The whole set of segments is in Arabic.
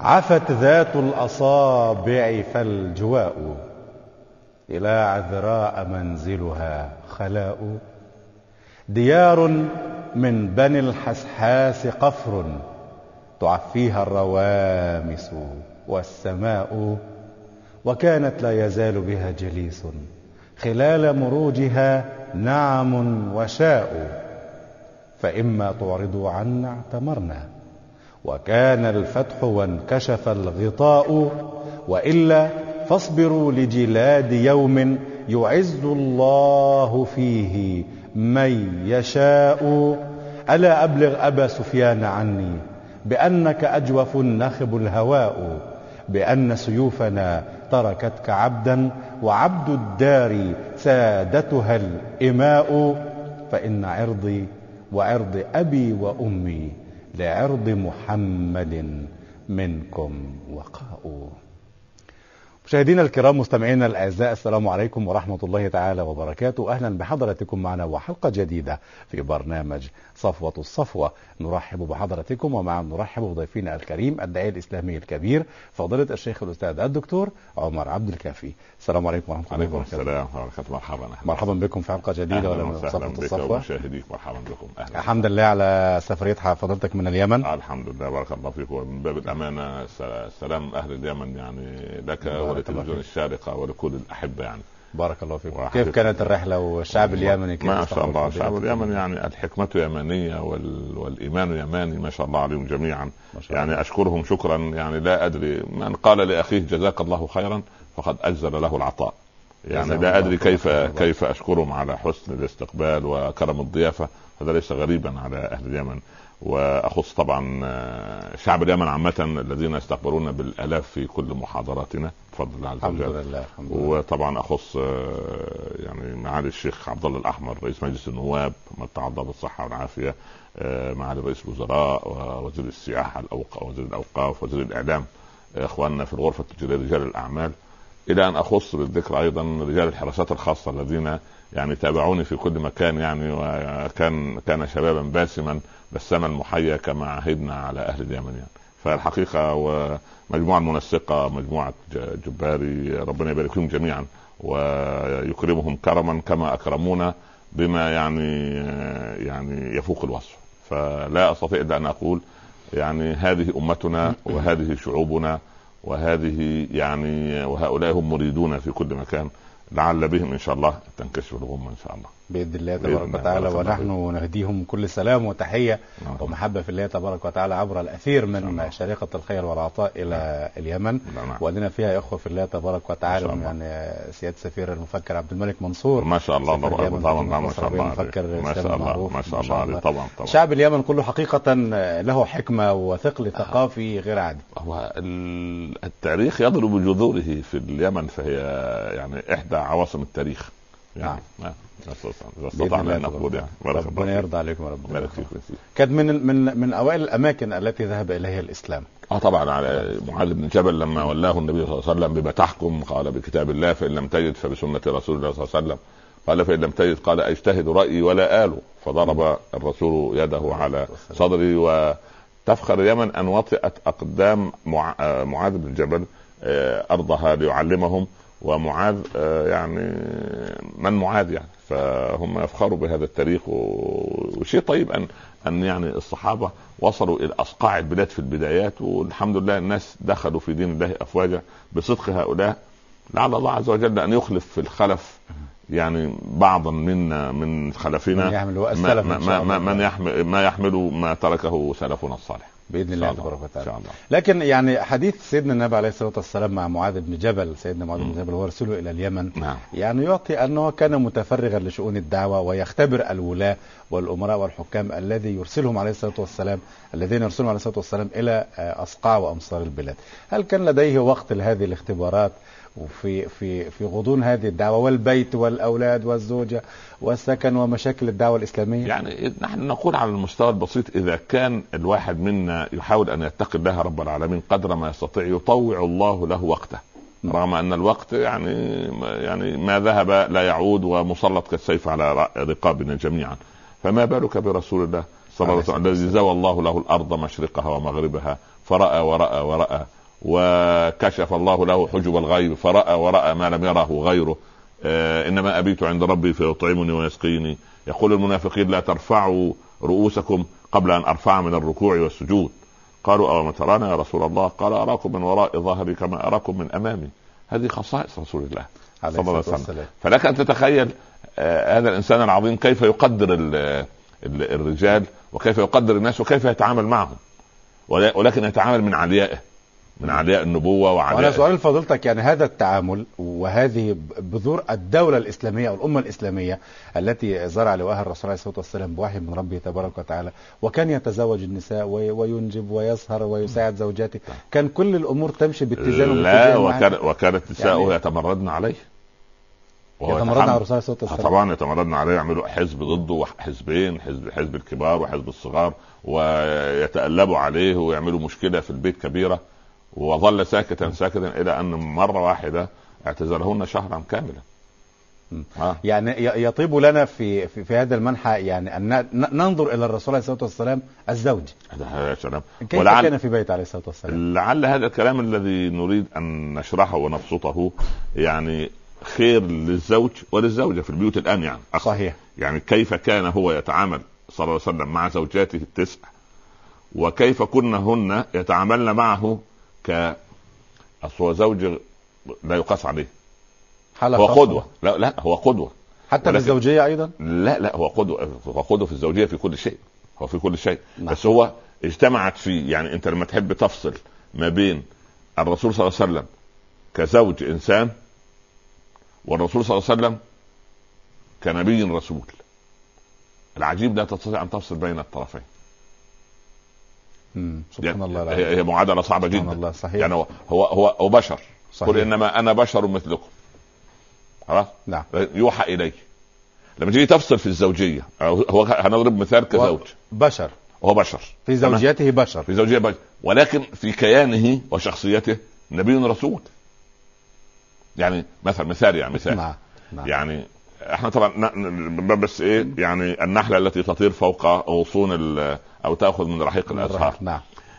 عفت ذات الأصابع فالجواء إلى عذراء منزلها خلاء. ديار من بني الحسحاس قفر تعفيها الروامس والسماء. وكانت لا يزال بها جليس خلال مروجها نعم وشاء. فإما تعرضوا عنا اعتمرنا وكان الفتح وانكشف الغطاء، وإلا فاصبروا لجلاد يوم يعز الله فيه من يشاء. ألا أبلغ أبا سفيان عني بأنك أجوف نخب الهواء، بأن سيوفنا تركتك عبدا وعبد الدار سادتها الإماء. فإن عرضي وعرض أبي وأمي لعرض محمد منكم وقاء. مشاهدينا الكرام، مستمعينا الأعزاء، السلام عليكم ورحمة الله تعالى وبركاته. أهلا بحضراتكم معنا وحلقة جديدة في برنامج صفوة الصفوة. نرحب بحضراتكم ومع نرحب بضيفنا الكريم الداعية الإسلامي الكبير فضيلة الشيخ الأستاذ الدكتور عمر عبد الكافي. السلام عليكم ورحمة الله وبركاته. السلام ورحمة الله. مرحبا. مرحبا بكم في حلقة جديدة ولا صفوة الصفوة. مشاهديك مرحبا بكم. أهلا. الحمد لله على سفرية فضلتك من اليمن. الحمد لله، بارك الله فيك. ومن باب الأمانة سلام أهل اليمن يعني لك ولتلفزيون الشارقة ولكل الأحبة يعني. بارك الله فيكم. كيف كانت الرحلة والشعب اليمني؟ ما شاء الله الشعب اليمني يعني الحكمة يمانية والإيمان يماني، ما شاء الله عليهم جميعا. يعني أشكرهم شكرا يعني لا أدري، من قال لأخيه جزاك الله خيرا فقد أجزل له العطاء. يعني لا أدري كيف أشكرهم على حسن الاستقبال وكرم الضيافة. هذا ليس غريبا على أهل اليمن. وأخص طبعا شعب اليمن عامة الذين يستقبلون بالآلاف في كل محاضراتنا بفضل الله عز وجل. الحمد لله. وطبعا أخص يعني معالي الشيخ عبد الله الأحمر رئيس مجلس النواب متعضى بالصحة والعافية، معالي رئيس الوزراء ووزير السياحة وزير الأوقاف وزير الإعلام، إخواننا في الغرفة التجارية رجال الأعمال، إلى أن أخص بالذكر أيضا رجال الحراسات الخاصة الذين يعني تابعوني في كل مكان يعني، وكان شبابا باسما بسما المحيا كما عهدنا على أهل اليمن يعني. فالحقيقة ومجموعة المنسقة مجموعة جباري ربنا يبارك فيهم جميعا ويكرمهم كرما كما أكرمونا بما يعني يفوق الوصف. فلا أستطيع إلا أن أقول يعني هذه أمتنا وهذه شعوبنا وهذه يعني وهؤلاء هم مريدون في كل مكان، لعل بهم إن شاء الله تنكشف الغمة إن شاء الله بإذن الله تبارك وتعالى. ونحن نهديهم كل سلام وتحية ومحبة في الله تبارك وتعالى عبر الأثير من شريقة الخير والعطاء إلى اليمن. وأدنا فيها إخوة في الله تبارك وتعالى، يعني سيادة سفير المفكر عبد الملك منصور ما شاء الله طبعا ما شاء الله مفكر ما شاء الله ما شاء الله طبعا. شعب اليمن كله حقيقة له حكمة وثقل ثقافي غير عادي. هو التاريخ يضرب بجذوره في اليمن، فهي يعني إحدى عواصم التاريخ يعني. ربنا يرضى عليكم وربنا. كانت من اوائل الاماكن التي ذهب اليها الاسلام. طبعا على معاذ بن جبل لما ولاه النبي صلى الله عليه وسلم بما تحكم قال بكتاب الله فإن لم تجد فبسنة رسول الله صلى الله عليه وسلم، قال فإن لم تجد قال اجتهد رأيي ولا آله، فضرب الرسول يده على صدري. وتفخر اليمن أن وطئت أقدام معاذ بن جبل أرضها ليعلمهم، ومعاذ يعني من معاذ يعني، فهم يفخروا بهذا التاريخ. وشيء طيب أن يعني الصحابة وصلوا إلى أصقاع البلاد في البدايات، والحمد لله الناس دخلوا في دين الله أفواجا بصدق هؤلاء. لعل الله عز وجل أن يخلف في الخلف يعني بعضا منا من خلفنا ما يحمل ما تركه سلفنا الصالح بإذن الله تبارك وتعالى. لكن يعني حديث سيدنا النبي عليه الصلاة والسلام مع معاذ بن جبل، سيدنا معاذ بن جبل ورسوله إلى اليمن، يعني يعطي أنه كان متفرغا لشؤون الدعوة ويختبر الولاة والأمراء والحكام الذين يرسلهم عليه الصلاة والسلام إلى أصقاع وأمصار البلاد. هل كان لديه وقت لهذه الاختبارات وفي في في غضون هذه الدعوة والبيت والأولاد والزوجة والسكن ومشاكل الدعوة الإسلامية؟ يعني نحن نقول على المستوى البسيط إذا كان الواحد منا يحاول أن يتقي الله رب العالمين قدر ما يستطيع يطوع الله له وقته، رغم أن الوقت يعني ما ذهب لا يعود ومسلط كالسيف على رقابنا جميعا. فما بالك برسول الله صلى الله عليه وسلم الذي زوى الله له الأرض مشرقها ومغربها فرأى ورأى ورأى، وكشف الله له حجب الغيب فرأى ورأى ما لم يره غيره. إنما أبيت عند ربي فيطعمني ويسقيني. يقول المنافقين لا ترفعوا رؤوسكم قبل أن أرفع من الركوع والسجود. قالوا أو ما ترانا يا رسول الله؟ قال أراكم من وراء ظهري كما أراكم من أمامي. هذه خصائص رسول الله صلى الله عليه وسلم. فلك أن تتخيل هذا الإنسان العظيم كيف يقدر الرجال وكيف يقدر الناس وكيف يتعامل معهم، ولكن يتعامل من عليائه، من علياء النبوة وعلياء. وأنا سؤال فضلتك، يعني هذا التعامل وهذه بذور الدولة الإسلامية أو الأمة الإسلامية التي زرع لواءها الرسول عليه الصلاة والسلام بوحي من ربه تبارك وتعالى، وكان يتزوج النساء وينجب ويسهر ويساعد زوجاته، كان كل الأمور تمشي باتزان. لا، وكانت نساءه يعني يتمردن عليه، يتمردن على الرسول عليه الصلاة والسلام. طبعا يتمردن عليه، يعملوا حزب ضده وحزبين، حزب الكبار وحزب الصغار، ويتألبوا عليه ويعملوا مشكلة في البيت كبيرة. وظل ساكتا إلى أن مرة واحدة اعتزلهن شهرا كاملا. يعني يطيب لنا في هذا المنحى يعني أن ننظر إلى الرسول عليه الصلاة والسلام الزوج. كيف كان في بيت عليه الصلاة والسلام؟ لعل هذا الكلام الذي نريد أن نشرحه ونبسطه يعني خير للزوج وللزوجة في البيوت الآن. يعني صحيح. يعني كيف كان هو يتعامل صلى الله عليه وسلم مع زوجاته التسع، وكيف كنهن يتعاملن معه هو زوج لا يقاس عليه، هو قدوة. لا هو قدوة حتى في الزوجية أيضا. لا هو قدوة في الزوجية في كل شيء، هو في كل شيء. بس هو اجتمعت فيه. يعني أنت لما تحب تفصل ما بين الرسول صلى الله عليه وسلم كزوج إنسان والرسول صلى الله عليه وسلم كنبي رسول، العجيب لا تستطيع أن تفصل بين الطرفين. سبحان الله. هي معادلة صعبة جدا. الله. صحيح. يعني هو بشر. قل إنما أنا بشر مثلكم. خلاص. نعم. يوحى إليه. لما تيجي تفصل في الزوجية، هو هنضرب مثال كزوج بشر، هو بشر في زوجيته بشر، في زوجيته بشر، ولكن في كيانه وشخصيته نبي رسول. يعني مثال يعني مثال. نعم. يعني احنا طبعا بس ايه يعني النحلة التي تطير فوق غصون او تأخذ من رحيق الازهار. نعم.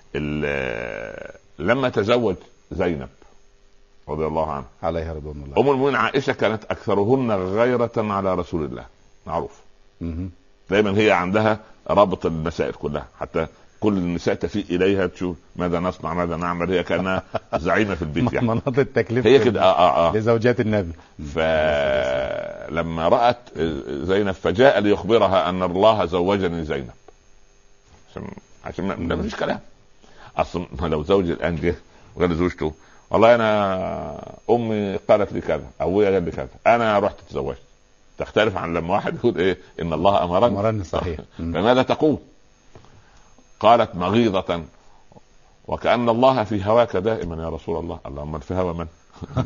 لما تزوج زينب رضي الله عنها عليها رضوان الله، ام المؤمنين عائشة كانت اكثرهن غيرة على رسول الله، معروف. دايما هي عندها رابط المسائل كلها، حتى كل النساء تفيء اليها تشوف ماذا نصنع ماذا نعمل، هي كانها زعيمة في البيت. يعني مناط التكليف هي كده لزوجات النبي. فلما رأت زينب فجاء ليخبرها ان الله زوجني زينب، عشان ما فيش كلام. اصلا لو زوجي الان جه وقال لزوجته والله انا امي قالت لي كذا، ابويا قال لي كذا، انا رحت تزوجت، تختلف عن لما واحد يقول ايه ان الله امرني. صحيح. فماذا تقول؟ قالت مغيضة وكأن الله في هواك دائما يا رسول الله. اللهم في هوا من؟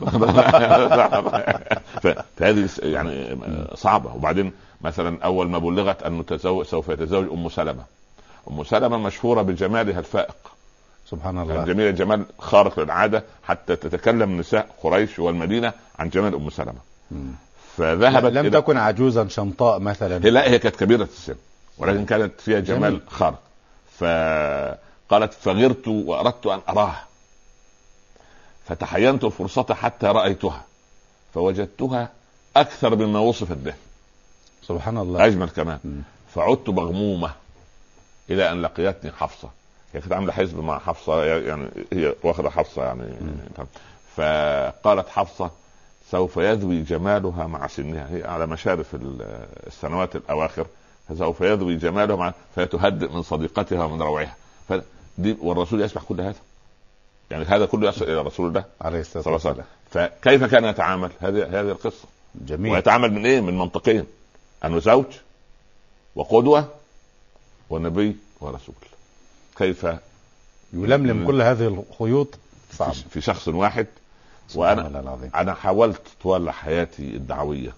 فهذه يعني صعبة. وبعدين مثلا اول ما بلغت انه سوف يتزوج ام سلمة. ام سلمة مشهورة بجمالها الفائق، سبحان الله، جميلة جمال خارق للعادة، حتى تتكلم نساء قريش والمدينة عن جمال ام سلمة. فذهبت لم تكن عجوزا شمطاء مثلا، لا هي كانت كبيرة السن ولكن كانت فيها جمال خارق. فقالت فغرت وأردت أن أراها فتحينت الفرصة حتى رأيتها فوجدتها أكثر مما وصفت به، سبحان الله، أجمل كمان. فعدت مغمومة إلى أن لقيتني حفصة. هي كانت عاملة حزب مع حفصة، يعني هي واخدة حفصة يعني. فقالت حفصة سوف يذوي جمالها مع سنها، هي على مشارف السنوات الأواخر، فسوف يذوي جمالها مع فتهدئ من صديقتها ومن روعها. والرسول يسمع كل هذا، يعني هذا كله يصل إلى رسول الله عليه الصلاة والسلام. فكيف كان يتعامل؟ هذه القصة جميل. ويتعامل من إيه؟ من منطقين، أنه زوج وقدوة ونبي ورسول. كيف يلملم كل هذه الخيوط صعب في شخص واحد. وأنا حاولت طوال حياتي الدعوية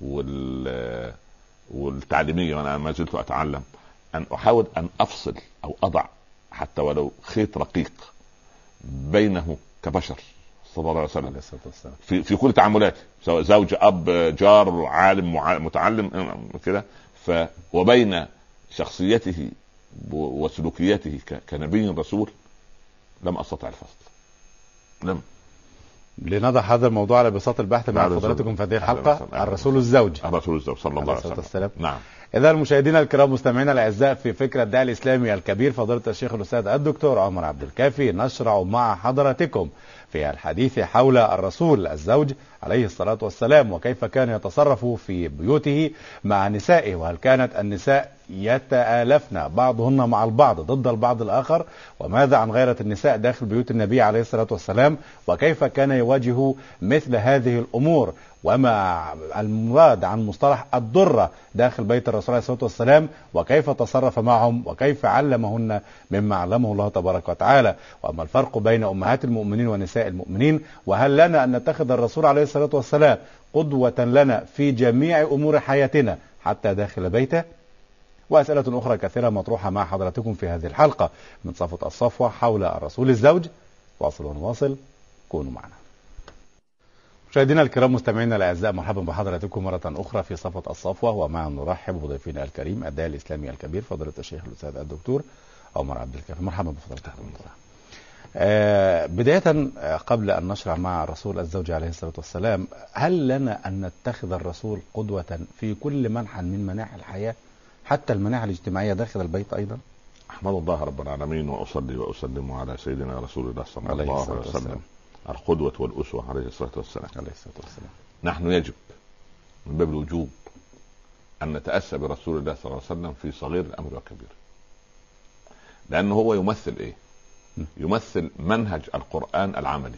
والتعليمية وأنا ما زلت أتعلم أن أحاول أن أفصل أو أضع حتى ولو خيط رقيق بينه كبشر صلى الله عليه وسلم في كل تعاملاته، سواء زوج أب جار عالم متعلم كده، وبين شخصيته وسلوكياته كنبي رسول لم استطع الفصل. لم. لنضع هذا الموضوع على بساط البحث مع فضلاتكم في هذه الحلقة. الرسول الزوج صلى الله عليه وسلم. نعم. إذا المشاهدين الكرام مستمعينا الأعزاء، في فكرة الداعي الإسلامي الكبير فضيلة الشيخ الأستاذ الدكتور عمر عبد الكافي، نشرع مع حضراتكم في الحديث حول الرسول الزوج عليه الصلاة والسلام، وكيف كان يتصرف في بيوته مع نسائه، وهل كانت النساء يتآلفن بعضهن مع البعض ضد البعض الآخر، وماذا عن غيرة النساء داخل بيوت النبي عليه الصلاة والسلام، وكيف كان يواجه مثل هذه الأمور، وما المراد عن مصطلح الضرة داخل بيت الرسول عليه الصلاة والسلام، وكيف تصرف معهم، وكيف علمهن مما علمه الله تبارك وتعالى، وما الفرق بين أمهات المؤمنين ونساء المؤمنين، وهل لنا أن نتخذ الرسول عليه الصلاة والسلام قدوة لنا في جميع أمور حياتنا حتى داخل بيته، وأسئلة أخرى كثيرة مطروحة مع حضراتكم في هذه الحلقة من صفة الصفوة حول الرسول الزوج. واصل ونواصل، كونوا معنا. مشاهدينا الكرام مستمعينا الاعزاء، مرحبا بحضراتكم مره اخرى في صفه الصفوه، ومع نرحب بضيفنا الكريم الداعي الاسلامي الكبير فضيله الشيخ الاستاذ الدكتور عمر عبد الكافي. مرحبا بفضلاتكم. بدايه قبل ان نشرع مع الرسول الزوج عليه الصلاه والسلام، هل لنا ان نتخذ الرسول قدوه في كل منحى من مناحي الحياه، حتى المناحي الاجتماعيه داخل البيت ايضا؟ احمد الله رب العالمين واصلي واسلم على سيدنا رسول الله صلى الله عليه وسلم القدوة والأسوة عليه الصلاة والسلام. نحن يجب من باب الوجوب أن نتأسى برسول الله صلى الله عليه وسلم في صغير الأمر وكبير، لأنه هو يمثل إيه؟ يمثل منهج القرآن العملي.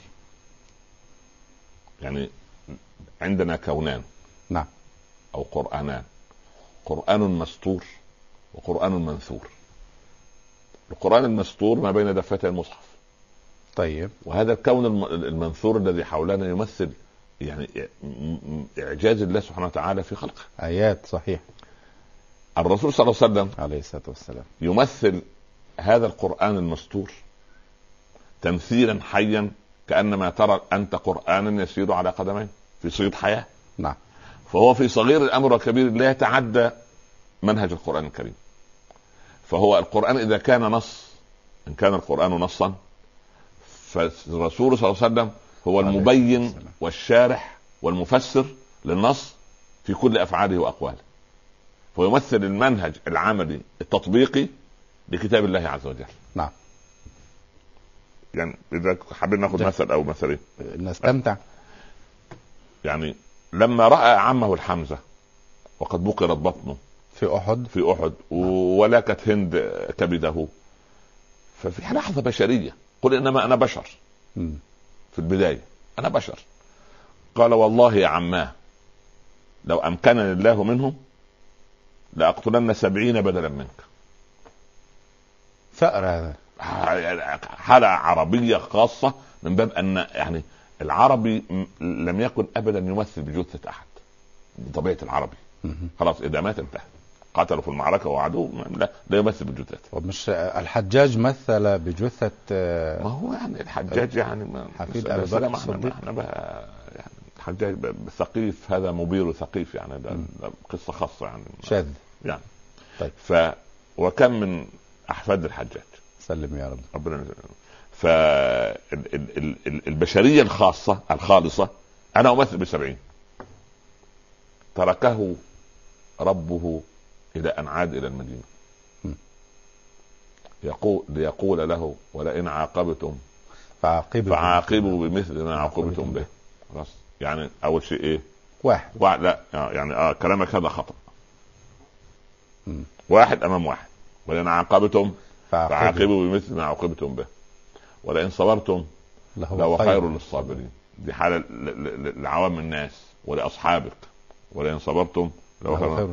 يعني عندنا كونان، نعم، أو قرآنان، قرآن مسطور وقرآن منثور. القرآن المسطور ما بين دفتي المصحف، طيب، وهذا الكون المنثور الذي حولنا يمثل يعني إعجاز الله سبحانه وتعالى في خلقه، آيات، صحيح. الرسول صلى الله عليه وسلم عليه الصلاة والسلام يمثل هذا القرآن المسطور تمثيلا حيا، كأنما ترى أنت قرآنا يسير على قدمين في صيد حياة. نعم. فهو في صغير الأمر وكبير لا يتعدى منهج القرآن الكريم. فهو القرآن إذا كان نص، إن كان القرآن نصا، فالرسول صلى الله عليه وسلم هو المبين والشارح والمفسر للنص في كل أفعاله وأقواله، فيمثل المنهج العملي التطبيقي لكتاب الله عز وجل. نعم. يعني إذا حابين ناخذ مثل أو مثلين نستمتع. يعني لما رأى عمه الحمزة وقد بقرت بطنه في أحد ولكت هند كبده، ففي لحظة بشرية قل إنما أنا بشر، في البداية أنا بشر، قال والله يا عماه لو أمكنني الله منهم لأقتلن 70 بدلا منك. ثأر هذا، حالة عربية خاصة من باب أن يعني العربي لم يكن أبدا يمثل بجثة أحد بطبيعة العربي. خلاص إذا مات انتهى، قتلوا في المعركة وعدو لا يمثل بجثته. ومش الحجاج مثل بجثة؟ ما هو يعني الحجاج يعني حفيد أبي بكر الصديق، يعني الحجاج ثقيف، هذا مبير ثقيف، يعني ده قصة خاصة يعني شاذ يعني. طيب. وكم من أحفاد الحجاج، سلم يا رب. فالبشرية الخالصة أنا أمثل ب70، تركه ربه إلى أن عاد إلى المدينة ليقول له ولئن عاقبتم فعاقبوا بمثل ما عاقبتم به. خلاص، يعني أول شيء إيه؟ واحد لا يعني كلامك هذا خطأ. واحد أمام واحد، ولئن عاقبتم فعاقبوا بمثل ما عاقبتم به ولئن صبرتم لهو خير للصابرين. دي حالة لعوام الناس ولأصحابك، ولئن صبرتم لهو خير.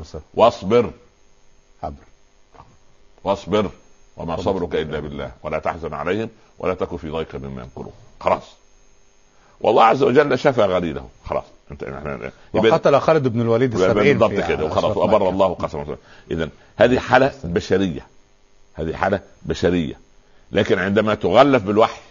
واصبر وما صبرك إلا بالله ولا تحزن عليهم ولا تكن في ضيق مما يمكرون. خلاص، والله عز وجل شفى غليله. خلاص انت وقتل خالد بن الوليد 70 بالضبط كده، وخلاص وأبر الله قسمه. إذن هذه حالة بشرية، لكن عندما تغلف بالوحي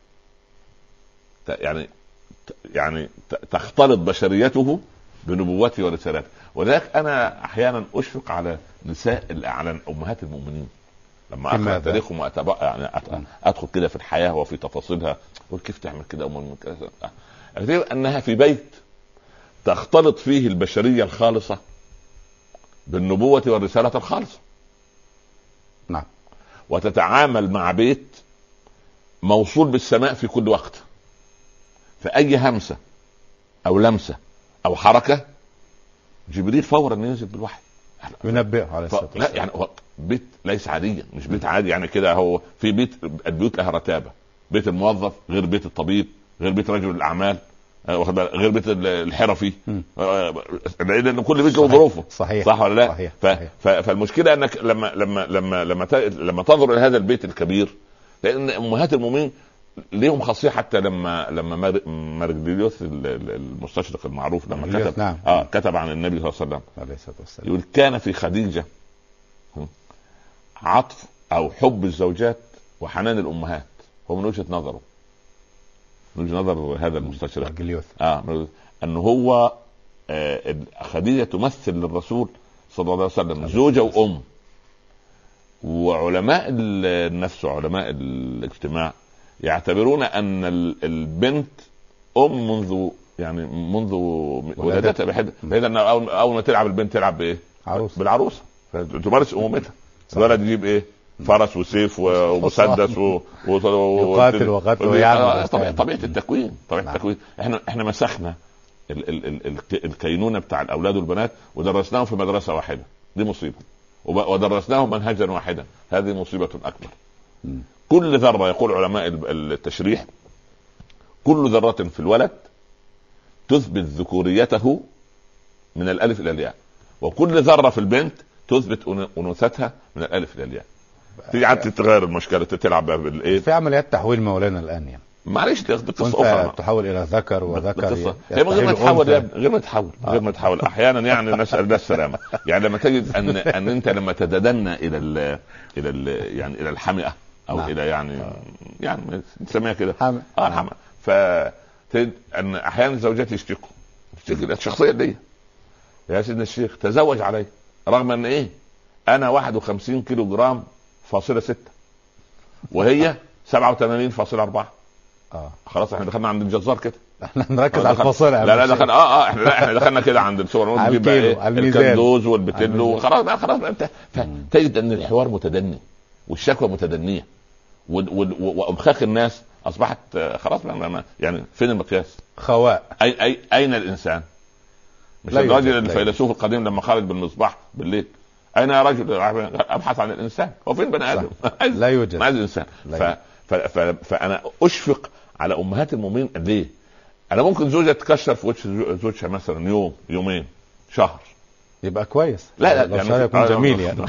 يعني تختلط بشريته بنبوته ورسالته. ولذلك أنا أحيانا أشفق على نساء، على أمهات المؤمنين، لما اقرا تاريخهم واتابع يعني ادخل كده في الحياه وفي تفاصيلها، اقول كيف تعمل كده ام كذا؟ انها في بيت تختلط فيه البشريه الخالصه بالنبوه والرساله الخالصه. نعم. وتتعامل مع بيت موصول بالسماء في كل وقت، فأي همسة أو لمسة أو حركة جبريل فورا ينزل بالوحي ينبئه عليه الصلاة والسلام. لا يعني هو بيت ليس عاديا، مش بيت عادي يعني كده. هو في البيوت لها رتابة، بيت الموظف غير بيت الطبيب، غير بيت رجل الأعمال، غير بيت الحرفي، لأن كل بيت له ظروفه. صحيح. صح ولا لا؟ صحيح. فالمشكلة أنك لما تنظر إلى هذا البيت الكبير، لأن أمهات المؤمنين ليهم خاصية. حتى لما مارجليوس المستشرق المعروف لما كتب نعم. كتب عن النبي صلى الله عليه وسلم عليه الصلاة والسلام، يقول كان في خديجة عطف أو حب الزوجات وحنان الأمهات. هو من وجهة نظره، من وجهة نظر هذا المستشرق مارجليوس أنه هو خديجة تمثل للرسول صلى الله عليه وسلم زوجة وأم. وعلماء النفس وعلماء الاجتماع يعتبرون ان البنت ام منذ ولادتها، بحيث ان اول ما تلعب البنت تلعب بايه؟ بالعروسه، فتمارس امومتها. الولد يجيب ايه؟ فرس وسيف ومسدس يقاتل وقتل ويعمل. طبيعه التكوين، احنا مسخنا الكينونه بتاع الاولاد والبنات ودرسناهم في مدرسه واحده، دي مصيبه. ودرسناهم منهجا واحدا، هذه مصيبه اكبر. كل ذرة، يقول علماء التشريح، كل ذرة في الولد تثبت ذكوريته من الألف إلى الياء، وكل ذرة في البنت تثبت أنوثتها من الألف إلى الياء. تيجي عاد تتغير المشكلة، تلعب بالايه؟ في عمليات تحويل مولانا الآن يعني. معلش دي قصة أخرى، تحول إلى ذكر وذكر. هي غير ما تحول أحيانا يعني نسأل الله السلامة. يعني لما تجد أن أنت لما تتدنى إلى يعني إلى الحمئة او الى يعني نسميها كده الحمى، فتجد ان احيانا الزوجات يشتكوا الشخصيه دي، يا سيدنا الشيخ تزوج علي رغم ان ايه انا 51 كيلو جرام فاصلة 6 وهي 87.4. خلاص احنا دخلنا عند الجزار كده، احنا نركز على الفاصله. لا دخلنا احنا دخلنا كده عند السوبر ماركت، ايه الكندوز والبتلو، خلاص انت تجد ان الحوار متدني والشكوى متدنيه وامخاخ الناس اصبحت خلاص يعني فين المقياس؟ خواء. اين الانسان؟ مش الراجل الفيلسوف القديم لما خرج بالمصباح بالليل، اين يا رجل؟ ابحث عن الانسان، هو فين بني ادم؟ لا يوجد، ما الانسان. فانا اشفق على امهات المؤمنين. ليه؟ انا ممكن زوجة تكشر في وجه زوجها مثلا يوم يومين شهر يبقى كويس، لا يعني يكون جميل يعني.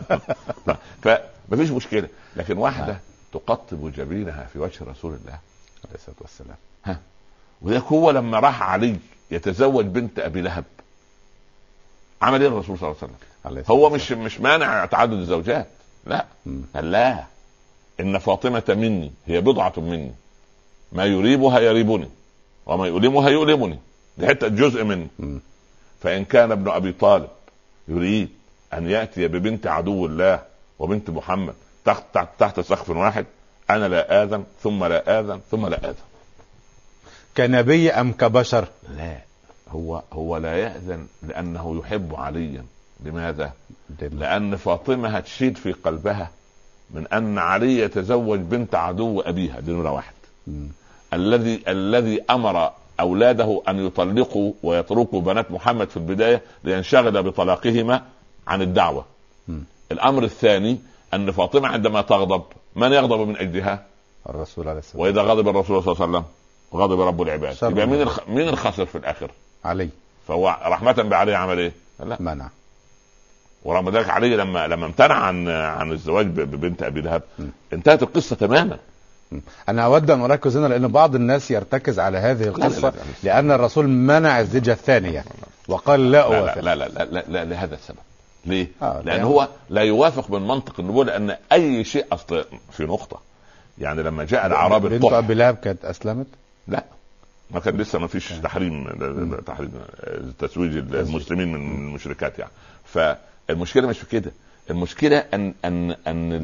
فمفيش مشكلة. لكن واحدة تقطب جبينها في وجه رسول الله عليه الصلاة والسلام، وذلك هو لما راح علي يتزوج بنت ابي لهب عمل ايه الرسول صلى الله عليه وسلم؟ هو مش مانع تعدد الزوجات، لا لا، ان فاطمة مني، هي بضعة مني، ما يريبها يريبني وما يؤلمها يؤلمني، دي حتة جزء مني. فإن كان ابن أبي طالب يريد أن يأتي ببنت عدو الله وبنت محمد تحت سقف واحد، أنا لا آذن ثم لا آذن ثم لا آذن. كنبي أم كبشر؟ لا، هو لا يأذن لأنه يحب عليا. لماذا؟ لأن فاطمة هتشيد في قلبها من أن علي يتزوج بنت عدو أبيها، دي نمرة واحد. الذي أمر أولاده أن يطلقوا ويتركوا بنات محمد في البداية لينشغل بطلاقهما عن الدعوة. الأمر الثاني أن فاطمة عندما تغضب من يغضب من أجلها؟ الرسول عليه الصلاة والسلام. وإذا غضب الرسول صلى الله عليه وسلم غضب رب العباد. يبقى مين الخاسر في الآخر؟ علي. فهو رحمة بعلي عمل إيه؟ لا، منع. ورغم ذلك علي لما امتنع عن الزواج ببنت أبي لهب انتهت القصة تماما. أنا أود أن أركز هنا لأن بعض الناس يرتكز على هذه القصة. لأن الرسول منع الزوجة الثانية وقال لا أوافق. لا لهذا السبب. ليه؟ لأن هو لا يوافق من منطق النبوة، لأن أي شيء أصل في نقطة. يعني لما جاء الأعراب بنت أبي لهب كانت أسلمت؟ لا، ما كان لسه ما فيش تحريم تزويج المسلمين من المشركات يعني. فالمشكلة مش في كده، المشكله ان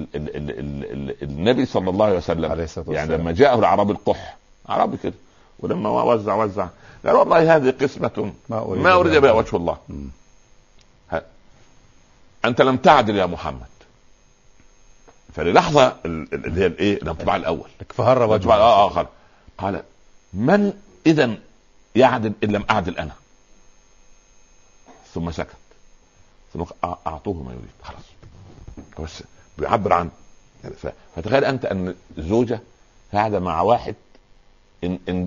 النبي صلى الله عليه وسلم يعني لما جاءه الاعرابي القح اعرابي كده، ولما وزع قال والله هذه قسمه ما اريد بها وجه الله. انت لم تعدل يا محمد. فللحظه اللي هي الايه الانطباع الاول فهر وجهه قال من اذا يعدل ان لم اعدل انا؟ ثم سكت، ثم اعطوه ما يريد خلاص. بس بيعبر عن يعني فتخيل انت ان زوجه قاعده مع واحد ان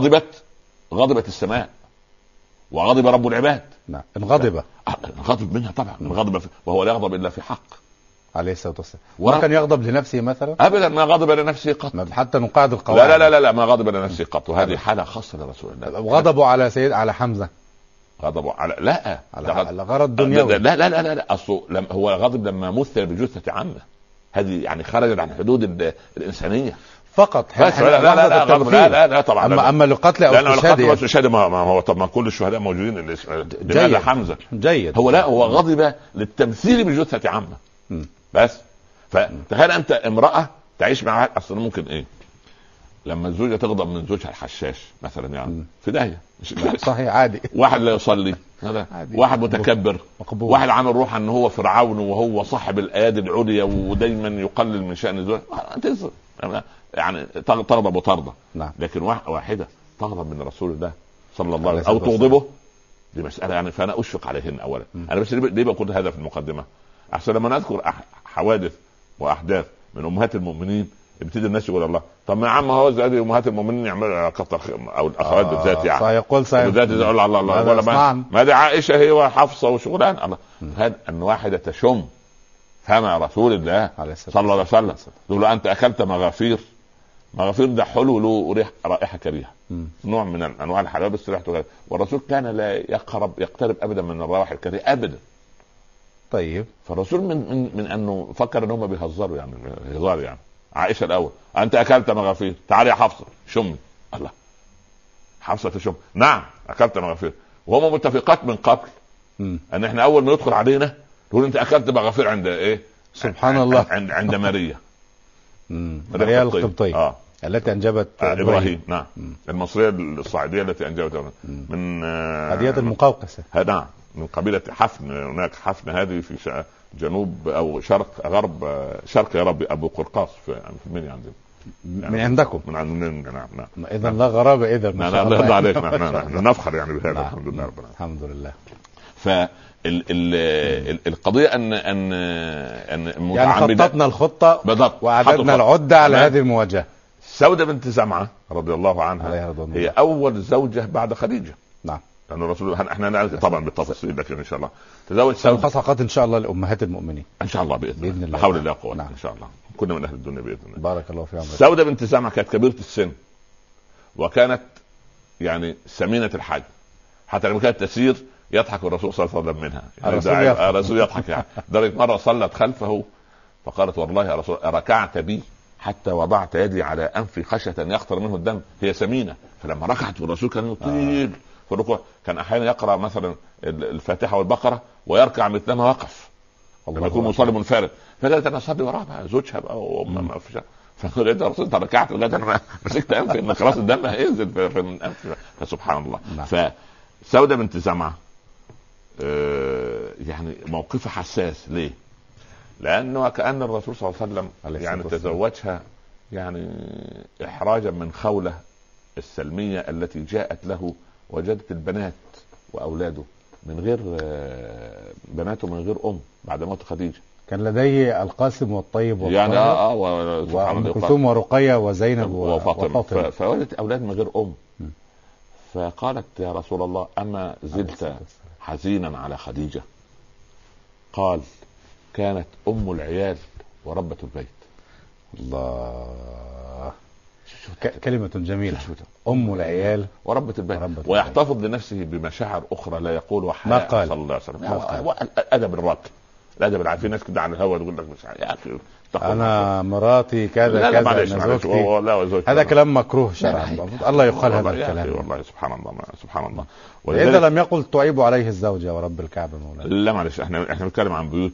غضبت السماء وغضب رب العباد. نعم غضب منها طبعا، غضب وهو لا يغضب الا في حق عليه الصلاه والسلام. وكان يغضب لنفسه مثلا؟ ابدا ما غضب لنفسه قط، حتى نقاعد القواعد. لا ما غضب لنفسه قط، وهذه حاله خاصه لرسول الله. غضبوا على حمزه، غضبوا على على غرض دنيوي. لا اصله هو غضب لما مثل بجثه عمه، هذه يعني خرجت عن حدود الانسانيه فقط. لا طبعا. اما لقتل او استشهاد ما هو طب ما كل الشهداء موجودين. لماذا حمزه؟ جيد. هو غضب للتمثيل بجثه عمه بس. فتخيل انت امراه تعيش معها، اصلا ممكن ايه لما الزوجه تغضب من زوجها الحشاش مثلا يعني في داهيه صحيح عادي. واحد لا يصلي، واحد متكبر، واحد عامل روح ان هو فرعون وهو صاحب الايادي العليا ودايما يقلل من شأن الزوج، يعني تغضب وترضى. لكن واحده تغضب من رسول الله صلى الله عليه وسلم او تغضبه، دي مساله يعني. فانا اشفق عليهن اولا. انا بس ليه بقول هذا في المقدمه؟ احسن لما نذكر حوادث واحداث من امهات المؤمنين يبتدي الناس يقول الله طب ما يا عم هو زي امهات المؤمنين يعملوا كتر او الاخوات بالذات يعني فيقول بالذات يقول الله ما دي عائشه هي وحفصه وشغلان الله. هذا ان واحده تشم فما رسول الله صلى الله عليه وسلم تقول له انت اكلت مغافير ده حلو له رائحه كريهه، نوع من انواع الحلويات بس ريحته كريهه، والرسول كان لا يقترب ابدا من الروائح الكريهه ابدا. طيب فالرسول من انه فكر ان هم بيهزروا يعني هزار يعني. عائشه الاول انت اكلت مغافير، تعالي يا حفصه شمي. الله حفصه تشم؟ نعم اكلت مغافير. وهم متفقات من قبل ان احنا اول ما يدخل علينا نقول انت اكلت مغافير عند ايه؟ سبحان الله. عند ماريا ماريا القبطيه التي انجبت ابراهيم. نعم المصريه الصعيديه التي انجبت من هديات المقوقسه. نعم من قبيله حفن. هناك حفن هذه في جنوب او غرب شرق يا ربي ابو قرقاص في المنيا عندنا يعني من عندكم من عندنا. نعم اذا لا غرابه اذا ما شاء الله عليك. نحن نفخر يعني بهذا. الحمد لله رب الحمد لله. القضيه ان يعني خططنا الخطه وعددنا العده على هذه المواجهه. سودة بنت زمعة رضي الله عنها هي اول زوجة بعد خديجة. نعم لأن الرسول احنا نعرف طبعا بالتفاصيل لكن ان شاء الله تزوج سودة حلقات ان شاء الله لامهات المؤمنين ان شاء الله باذن الله. لا حول ولا قوه ان شاء الله. كنا من اهل الدنيا باذن الله. بارك الله في عمرك. سودة بنت زمعة كانت كبيرة السن وكانت يعني سمينة الحج، حتى لما كانت تسير يضحك الرسول صلى الله عليه وسلم منها يعني الرسول يضحك يعني. درجة مرة صلت خلفه فقالت والله يا رسول ركعت بي حتى وضعت يدي على انفي خشية يخطر منه الدم. هي سمينة. فلما ركعت والرسول كان يطيل في الركوع، كان احيانا يقرا مثلا الفاتحه والبقره ويركع مثلما وقف لما يكون مصلي منفرد. فقالت انا اصلي وراها زوجها بقى وما فيش. فقال يا رسول انت ركعت لغايه انا مسكت انفي ان خلاص الدم هينزل من انفي. فسبحان الله. فسودة بنت زمعة يعني موقفها حساس. ليه؟ لانه كأن الرسول صلى الله عليه وسلم يعني تزوجها يعني احراجا من خولة السلمية التي جاءت له. وجدت البنات واولاده من غير بناته من غير ام بعد موت خديجه. كان لديه القاسم والطيب يعني وأم كلثوم ورقية وزينب وفاطمة. فولدت اولاد من غير ام. فقالت يا رسول الله اما زلت حزينا على خديجه؟ قال كانت ام العيال وربة البيت. الله كلمة جميلة. أم العيال وربة البيت. ويحتفظ لنفسه بمشاعر أخرى لا يقول وحياء صلى الله عليه وسلم. أدب الراكب الأدب العام. في ناس كده على الهواء تقول لك مش يا أخي أنا مراتي كذا كذا. هذا كلام مكروه شرعا. الله يقال هذا الكلام. والله سبحان الله سبحان الله. إذا لم يقل تعيب عليه الزوجة ورب الكعبة مولانا. لا معلش احنا بنتكلم عن بيوت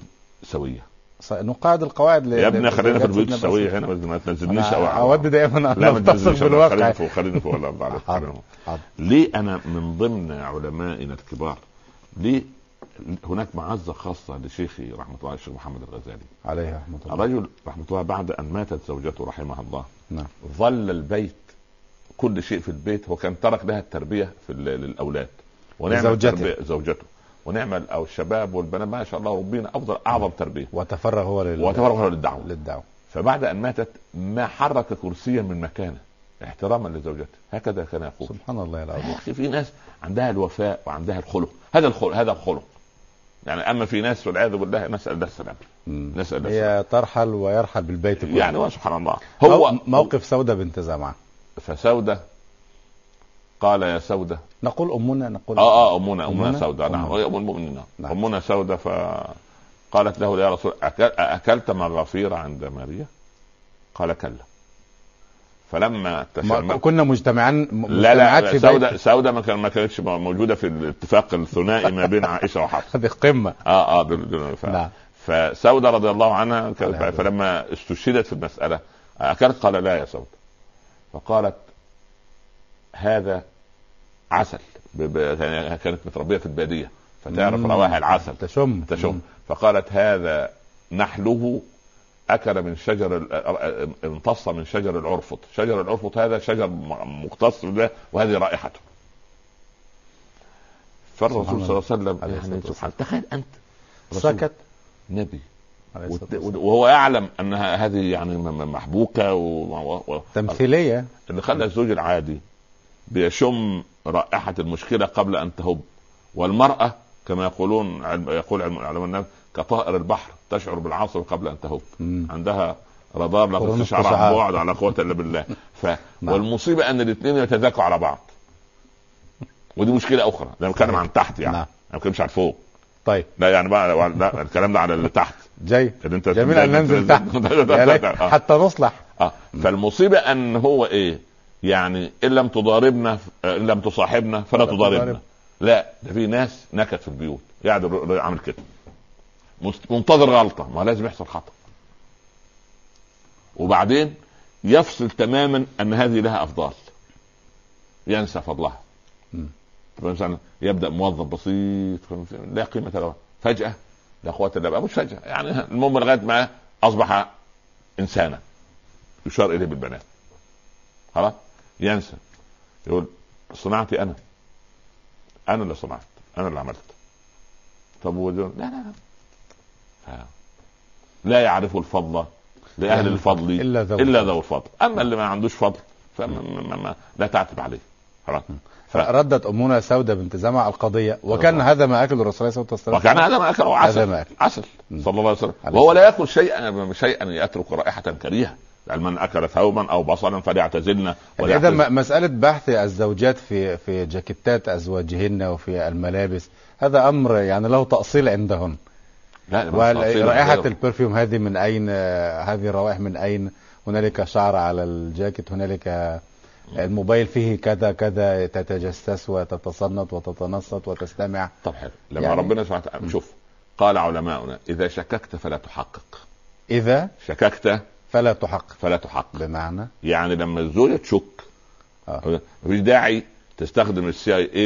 سويه. نقاعد القواعد يا ابني خلينا في البيوت السويه هنا، ما تنزلنيش قوي. اود دايما نتصل بالواقع. خلينا فوق الارض. ليه انا من ضمن علمائنا الكبار ليه هناك معزه خاصه لشيخي رحمه الله الشيخ محمد الغزالي عليه رحمه الله. الرجل رحمه الله بعد ان ماتت زوجته رحمها الله، نعم، ظل البيت كل شيء في البيت هو كان ترك لها التربيه في للاولاد ونعمل زوجته ونعمل او الشباب والبنات ما شاء الله ربنا افضل اعظم تربيه، وتفرغ هو للدعوه. فبعد ان ماتت ما حرك كرسيا من مكانه احتراما لزوجته، هكذا كان يقول. سبحان الله العظيم. يا اخي في ناس عندها الوفاء وعندها الخلق، هذا الخلق يعني. اما في ناس والعياذ بالله نسال الله السلامه، نسال هي ترحل ويرحل بالبيت كله يعني. سبحان الله. هو موقف سودة بنت زمعة. فسودة قال يا سودة، نقول امنا امنا سودة، نعم، ام المؤمنين، امنا سودة. فقالت له يا رسول اكلت مغافير عند ماريا؟ قال كلا. فلما كنا مجتمعات في سودة ما كانتش موجودة في الاتفاق الثنائي ما بين عائشة وحفصة. هذه قمة. نعم. فسودة رضي الله عنها فلما استشهدت في المسألة أكلت؟ قال لا يا سودة. فقالت هذا عسل، كانت متربية في البادية فتعرف روائح العسل، تشم. فقالت هذا نحله أكل من شجر، امتص من شجر العرفط. شجر العرفط هذا شجر مختص به وهذه رائحته. فالرسول صلى الله عليه وسلم يعني سبحان، تخيل أنت سكت نبي وهو يعلم أن هذه يعني محبوكة تمثيلية. اللي خلى الزوج العادي بيشم رائحة المشكلة قبل أن تهب، والمرأة كما يقول علماء النفس كطائر البحر تشعر بالعاصفة قبل أن تهب. عندها رادار لا تشعر عن بعد على قوة إلا بالله. والمصيبة أن الاثنين يتذاكوا على بعض، ودي مشكلة أخرى. أنا بتكلم عن تحت يعني، أنا بتكلمش عن فوق. طيب لا يعني بقى لا الكلام ده على اللي تحت. جميل أن ننزل تحت حتى نصلح. فالمصيبة أن هو إيه يعني، إن لم تضاربنا إن لم تصاحبنا فلا تضاربنا. لا، ده في ناس نكت في البيوت قاعد عامل كده منتظر غلطة، ما لازم يحصل خطأ، وبعدين يفصل تماما أن هذه لها أفضال، ينسى فضلها. مثلا يبدأ موظف بسيط لا قيمة له، فجأة لا قوة إلا بالله، مش فجأة يعني، المهم لغاية ما أصبح إنسانا يشار إليه بالبنات، خلاص ينسى، يقول صنعتي أنا اللي صنعت، أنا اللي عملت. طب لا يعرف الفضل لأهل الفضل إلا ذو الفضل. أما اللي ما عندوش فضل فما لا تعتب عليه. فردت أمنا سودة بنت زمعة القضية، وكان هذا ما أكل الرسول صلى الله عليه وسلم، وكان هذا ما أكله عسل صلى الله عليه وسلم، وهو لا يأكل شيئا يترك رائحة كريهة. من أكل ثوما أو بصلا فليعتزلنا. إذا مسألة بحث الزوجات في جاكيتات أزواجهن وفي الملابس هذا أمر يعني له تأصيل عندهن. ورائحة البرفيوم هذه من أين؟ هذه الروائح من أين؟ هنالك شعر على الجاكيت، هنالك الموبايل فيه كذا كذا، تتجسس وتتصنت وتتنصت وتستمع. طب حلو. لما يعني ربنا سبحانه وتعالى شوف قال علماؤنا إذا شككت فلا تحقق. إذا شككت فلا تحقق. بمعنى يعني لما الزوجة تشك مفيش داعي تستخدم CIA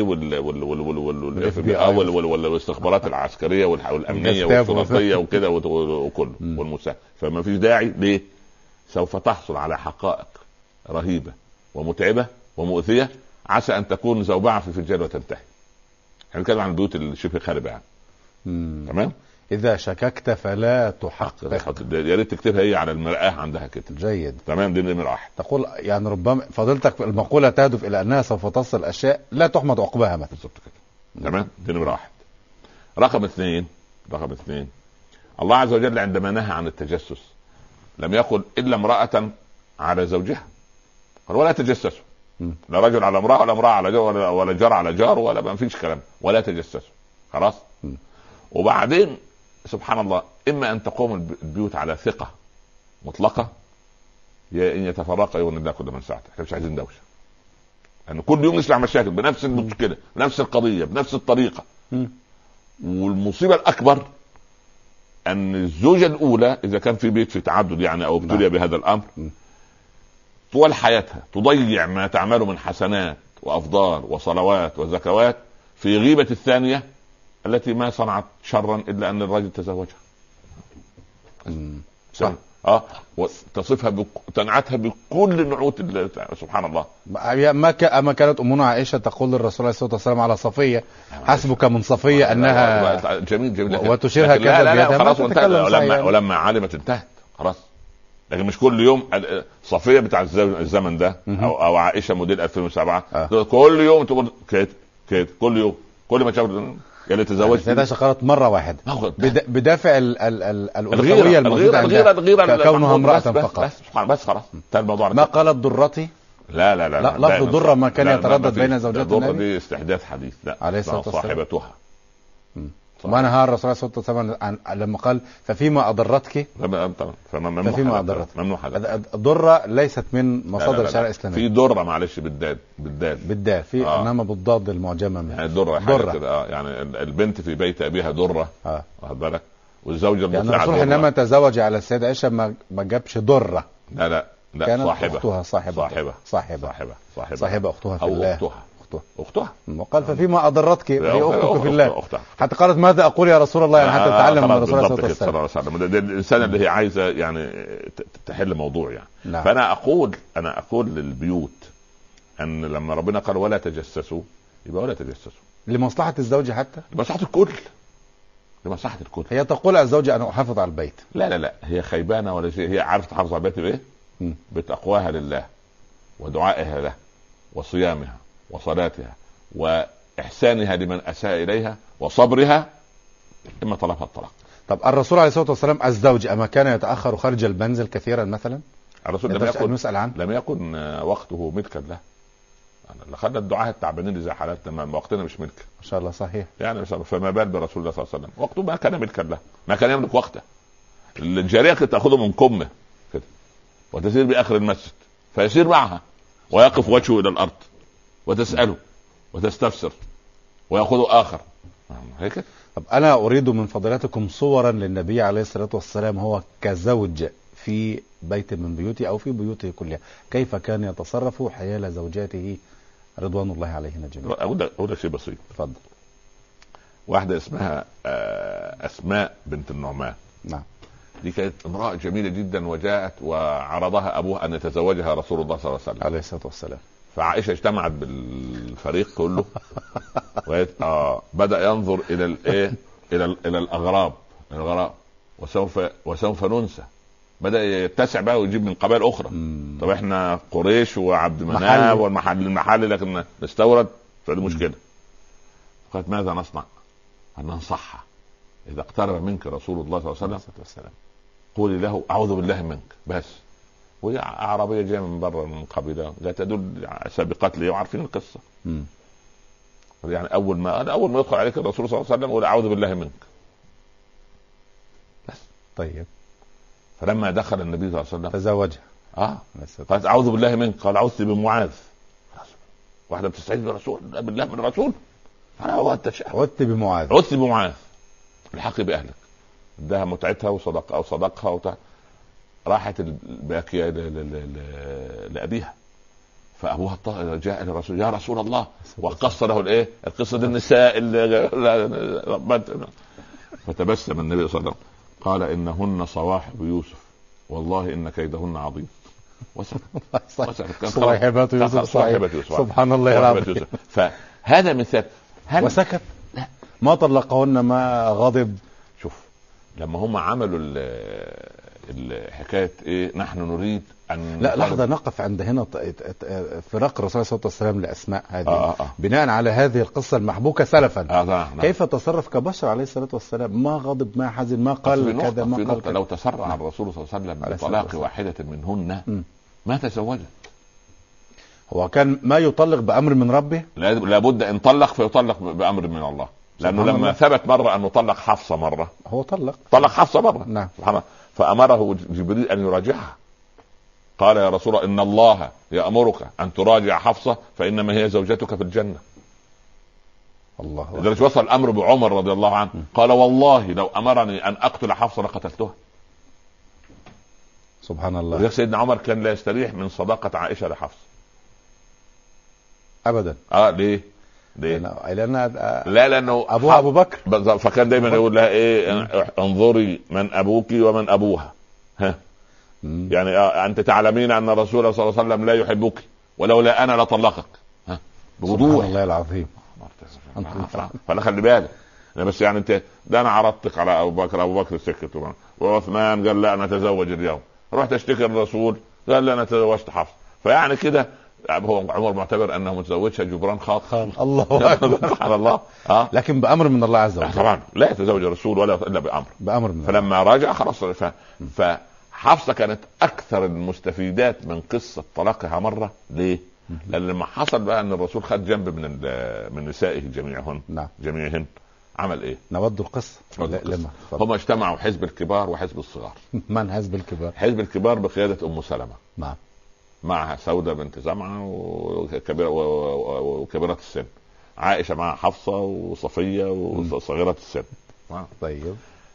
والاستخبارات العسكرية والأمنية والشرطية وكده وكله والمساعد. فما فيش داعي. ليه؟ سوف تحصل على حقائق رهيبة ومتعبة ومؤذية عسى أن تكون زوبعة في الفنجان وتنتهي. احنا بنتكلم عن البيوت اللي شبه خاربة يعني. تمام. إذا شككت فلا تحقق. يا ريت تكتبها هي على المرآة عندها كده. جيد. تمام. دي نمرة واحد. تقول يعني ربما فضيلتك المقولة تهدف إلى أنها سوف تصل أشياء لا تحمد عقبها مثلا. بالضبط كده. تمام. دي نمرة واحد. رقم اثنين الله عز وجل عندما نهى عن التجسس لم يقل إلا امرأة على زوجها، قال ولا تجسسوا. لا رجل على امرأة ولا امرأة على جار ولا جار على جار ولا ما فيش كلام، ولا تجسسوا. خلاص. وبعدين سبحان الله إما أن تقوم البيوت على ثقة مطلقة، يا إن يتفرق يغني الله كل من ساعته. احنا مش عايزين دوشة، لأن كل يوم نسمع مشاكل بنفس المشكلة بنفس القضية بنفس الطريقة. والمصيبة الأكبر ان الزوجه الاولى اذا كان في بيت في تعدد يعني او ابتلي بهذا الامر طول حياتها تضيع ما تعمله من حسنات وافضال وصلوات وزكوات في غيبه الثانيه التي ما صنعت شرا الا ان الرجل تزوجها. وتصفها تنعتها بكل نعوت سبحان الله. ما كانت امنا عائشه تقول للرسول عليه الصلاه والسلام على صفيه حسبك من صفيه انها جميل وتشيرها كذا بيدها. خلاص ولما علمت انتهت خلاص. لكن مش كل يوم صفيه بتاع الزمن ده او عائشه موديل 2007 كل يوم تقول كده كل يوم كل ما تشوف قال تزوجت سيدها شقرت مره واحده بدافع الألوهية الموجودة عندها كونها امرأة فقط. بس خلاص الموضوع. ما قالت ضرتي لا لفظ ضرة ما كان يتردد بين زوجات النبي. دي استحداث حديث. لا عليه الصلاة والسلام صاحبتها. ما نهى الرسول عليه الصلاة والسلام لما قال ففيما أضرتك فيما أضرتك ممنوع هذا. الضرة ليست من مصادر الشريعة الإسلامية. في ضرة معلش بالدال في انما بالضاد المعجمة يعني ضرة يعني البنت في بيت أبيها ضرة واخد بالك. والزوجة يعني الرسول حينما تزوج على السيدة عائشة ما جابش ضرة. لا صاحبة أختها في الله أختها وقال ففيما أضرتك هي أختك في الله. حتى قالت ماذا أقول يا رسول الله يعني حتى تتعلم من الرسول صلى الله عليه وسلم. الإنسان اللي هي عايزة يعني تحل موضوع يعني. نعم. فأنا أقول للبيوت أن لما ربنا قال ولا تجسسوا يبقى ولا تجسسوا لمصلحة الزوج حتى لمصلحة الكل. لمصلحة الكل. هي تقول الزوجة أنا أحافظ على البيت. لا هي خيبانة ولا شيء. هي عارفة تحافظ على البيت بإيه؟ بتقواها لله ودعائها له وصيامها وصلاتها وإحسانها لمن أساء إليها وصبرها إما طلبها الطلاق. طب الرسول عليه الصلاة والسلام الزوج أما كان يتأخر خارج المنزل كثيرا مثلا؟ الرسول لم يكن وقته ملكا له. لخدنا الدعاة التعبانين زي حالاتنا وقتنا مش ملك. ما شاء الله صحيح. يعني فما بال برسول الله صلى الله عليه وسلم وقته ما كان ملكا له ما كان يملك وقته. الجارية كانت تأخذه من كمه كده وتسير بآخر المسجد فيسير معها ويقف وجهه إلى الأرض وتسأله وتستفسر ويأخذ آخر هيك. طب أنا أريد من فضيلتكم صورا للنبي عليه الصلاة والسلام هو كزوج في بيت من بيوته أو في بيوته كلها كيف كان يتصرف حيال زوجاته رضوان الله عليهن جميعا. أقول لك شيء بسيط. تفضل. واحدة اسمها أسماء بنت النعمان. نعم. دي كانت امرأة جميلة جدا وجاءت وعرضها أبوها أن يتزوجها رسول الله صلى الله عليه وسلم عليه الصلاة والسلام. فعائشة اجتمعت بالفريق كله بدأ ينظر إلى الإيه إلى الأغراب وسوف ننسى. بدأ يتسع بقى ويجيب من قبائل أخرى. طب إحنا قريش وعبد مناف والمحل لكن نستورد فدي مشكلة. قالت ماذا نصنع؟ أن ننصحها إذا اقترب منك رسول الله صلى الله عليه وسلم قولي له أعوذ بالله منك بس. وهي عربية جاية من بره من قبيلة لا تدل سابقات لي وعارفين القصة. يعني أول ما يدخل عليك الرسول صلى الله عليه وسلم قول أعوذ بالله منك بس. طيب. فلما دخل النبي صلى الله عليه وسلم تزوجها قالت أعوذ بالله منك. قال أعوذ بمعاذ. واحدة بتستعيذ بالله من الرسول. أنا عدت بمعاذ الحقي بأهلك. ادها متعتها وصدقها راحت الباكية لأبيها. فأبوها جاء للرسول يا رسول الله وقص له الايه القصة النساء فتبسم النبي صلى الله عليه وسلم قال إنهن صواحب يوسف والله إن كيدهن عظيم. صواحبات يوسف سبحان الله العظيم. فهذا مثال. وسكت ما طلقهن ما غضب. شوف لما هم عملوا الحكاية ايه نحن نريد ان لا لحظة نقف عند هنا فراق الرسول صلى الله عليه وسلم لأسماء هذه بناء على هذه القصة المحبوكة سلفا. كيف تصرف كبشر عليه الصلاة والسلام؟ ما غضب ما حزن ما قال كذا ما قال كذا. لو تسرع الرسول صلى الله عليه وسلم بطلاق واحدة منهن ما تزوجت. هو كان ما يطلق بأمر من ربه. لابد ان طلق فيطلق بأمر من الله. لأنه لما ثبت مرة أنه طلق حفصة مرة هو طلق حفصة مرة. نعم. فأمره جبريل أن يراجعها. قال يا رسول الله إن الله يأمرك أن تراجع حفصة فإنما هي زوجتك في الجنة. الله. لذلك وصل الامر بعمر رضي الله عنه قال والله لو امرني ان اقتل حفصه لقتلتها. سبحان الله. سيدنا عمر كان لا يستريح من صداقه عائشه لحفصه ابدا. ليه؟ لانه ابوها ابو بكر، فكان دايما يقول لها ايه انظري من ابوك ومن ابوها. يعني انت تعلمين ان الرسول صلى الله عليه وسلم لا يحبك ولولا انا لطلقك. بوضوح. سبحان الله العظيم. فلا خلي بالك بس يعني انت ده انا عرضتك على ابو بكر سكت، وعثمان قال لا انا اتزوج اليوم، رحت اشتكي للرسول قال لا انا تزوجت حفص. فيعني كده هو عمر معتبر انه متزوجها جبران خاطر. الله اكبر. سبحان الله. لكن بامر من الله عز وجل طبعا، لا يتزوج الرسول ولا الا بامر من فلما رجع خلاص. فحفصه كانت اكثر المستفيدات من قصه طلاقها مره. ليه؟ لان لما حصل بقى ان الرسول خد جنب من نسائه جميعهن. نعم. جميعهن عمل ايه؟ نود القصه. هم اجتمعوا حزب الكبار وحزب الصغار. من حزب الكبار؟ حزب الكبار بقياده ام سلمة. نعم. معها سودة بنت زمعة وكبيرة السن، عائشة مع حفصة وصفية وصغيرة السن. طيب.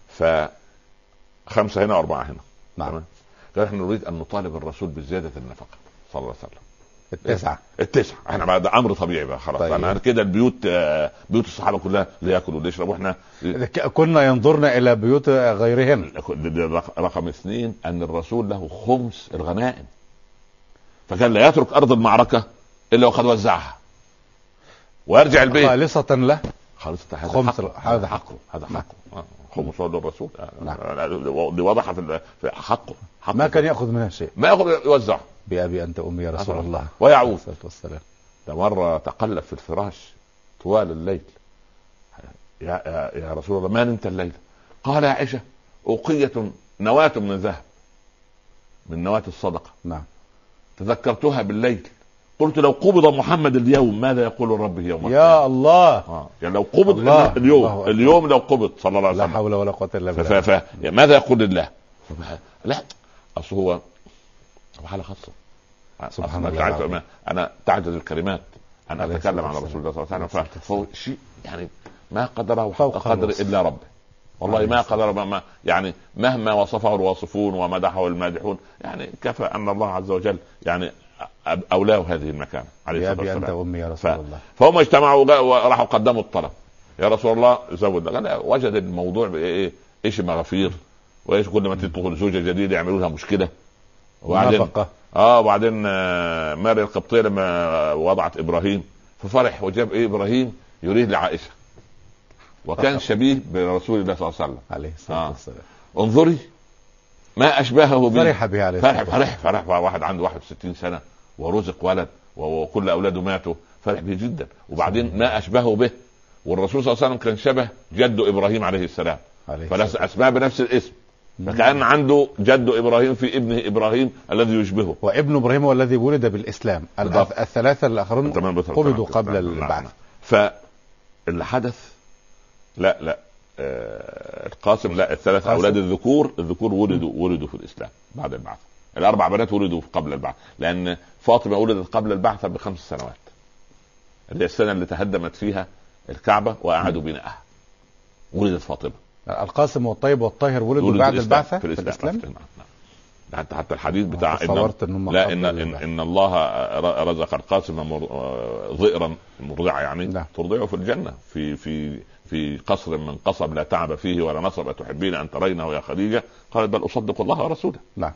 فخمسة هنا وأربعة هنا. نعم. قال احنا نريد أن نطالب الرسول بزيادة النفقة صلى الله عليه وسلم. التسعة. احنا بعد امر طبيعي بقى خلاص. طيب. انا كده البيوت بيوت الصحابه كلها اللي ياكلوا ويشربوا، واحنا كنا ينظرنا الى بيوت غيرهم. رقم 2 ان الرسول له خمس الغنائم، فكان لا يترك ارض المعركه الا وقد وزعها ويرجع البيت خالصه له. خالصه. هذا حقه. خمس الرسول. دي واضحه في حقه. ما كان ياخذ منها شيء، ما ياخذ، يوزع. بأبي أنت أمي يا رسول الله. ويعود. ده مرة تقلب في الفراش طوال الليل. يا رسول الله ما نمت الليل؟ قال يا عائشة أوقية نواة من ذهب من نواة الصدقة. نعم. تذكرتها بالليل قلت لو قبض محمد اليوم ماذا يقول ربه يوم القيامة؟ يا الله. يعني لو قبض اليوم لو قبض صلى الله عليه وسلم لا حول ولا قوة إلا بالله. ماذا يقول لله؟ لا أصل هو حالة خاصة. سبحان الله. أنا تعجز الكلمات أن أتكلم عن رسول الله صلى الله عليه وسلم. فهو شيء يعني ما قدره حق قدر إلا ربه. والله ما قدر ما يعني مهما وصفه الواصفون ومدحه المادحون يعني كفى أن الله عز وجل يعني أولاه هذه المكانة. يا أبي أنت أمي يا رسول الله. فهم اجتمعوا وراحوا قدموا الطلب. يا رسول الله زود. وجد الموضوع إيه إيش مغفير، وإيش كل ما تدخل زوجة جديدة يعملوا لها مشكلة. وبعدين ماريا القبطية لما وضعت ابراهيم ففرح وجاب ابراهيم يريد لعائشة وكان شبيه برسول الله صلى الله عليه وسلم عليه الصلاة والسلام. انظري ما اشبهه به. فرح به عليه الصلاة. فرح واحد عنده 61 سنة ورزق ولد وكل اولاده ماتوا، فرح به جدا. وبعدين ما اشبهه به، والرسول صلى الله عليه وسلم كان شبه جد ابراهيم عليه السلام، فلا اسماء بنفس الاسم، فكان عنده جد ابراهيم في ابنه ابراهيم الذي يشبهه، وابن ابراهيم هو الذي ولد بالاسلام. الثلاثه الاخرون قبضوا قبل البعث. فاللي حدث لا القاسم لا الثلاث اولاد الذكور ولدوا في الاسلام بعد البعث. الاربع بنات ولدوا قبل البعث، لان فاطمه ولدت قبل البعث ب5 سنوات، اللي هي السنه اللي تهدمت فيها الكعبه واعادوا بنائها، ولدت فاطمه. القاسم والطيب والطاهر ولدوا بعد البعثة في الإسلام. حتى الحديث بتاع إن الله رزق القاسم ضئرا مرضعة يعني ترضعه في الجنة في قصر من قصب لا تعب فيه ولا نصب أتحبين أن ترينه يا خديجة؟ قالت بل أصدق الله ورسوله. نعم.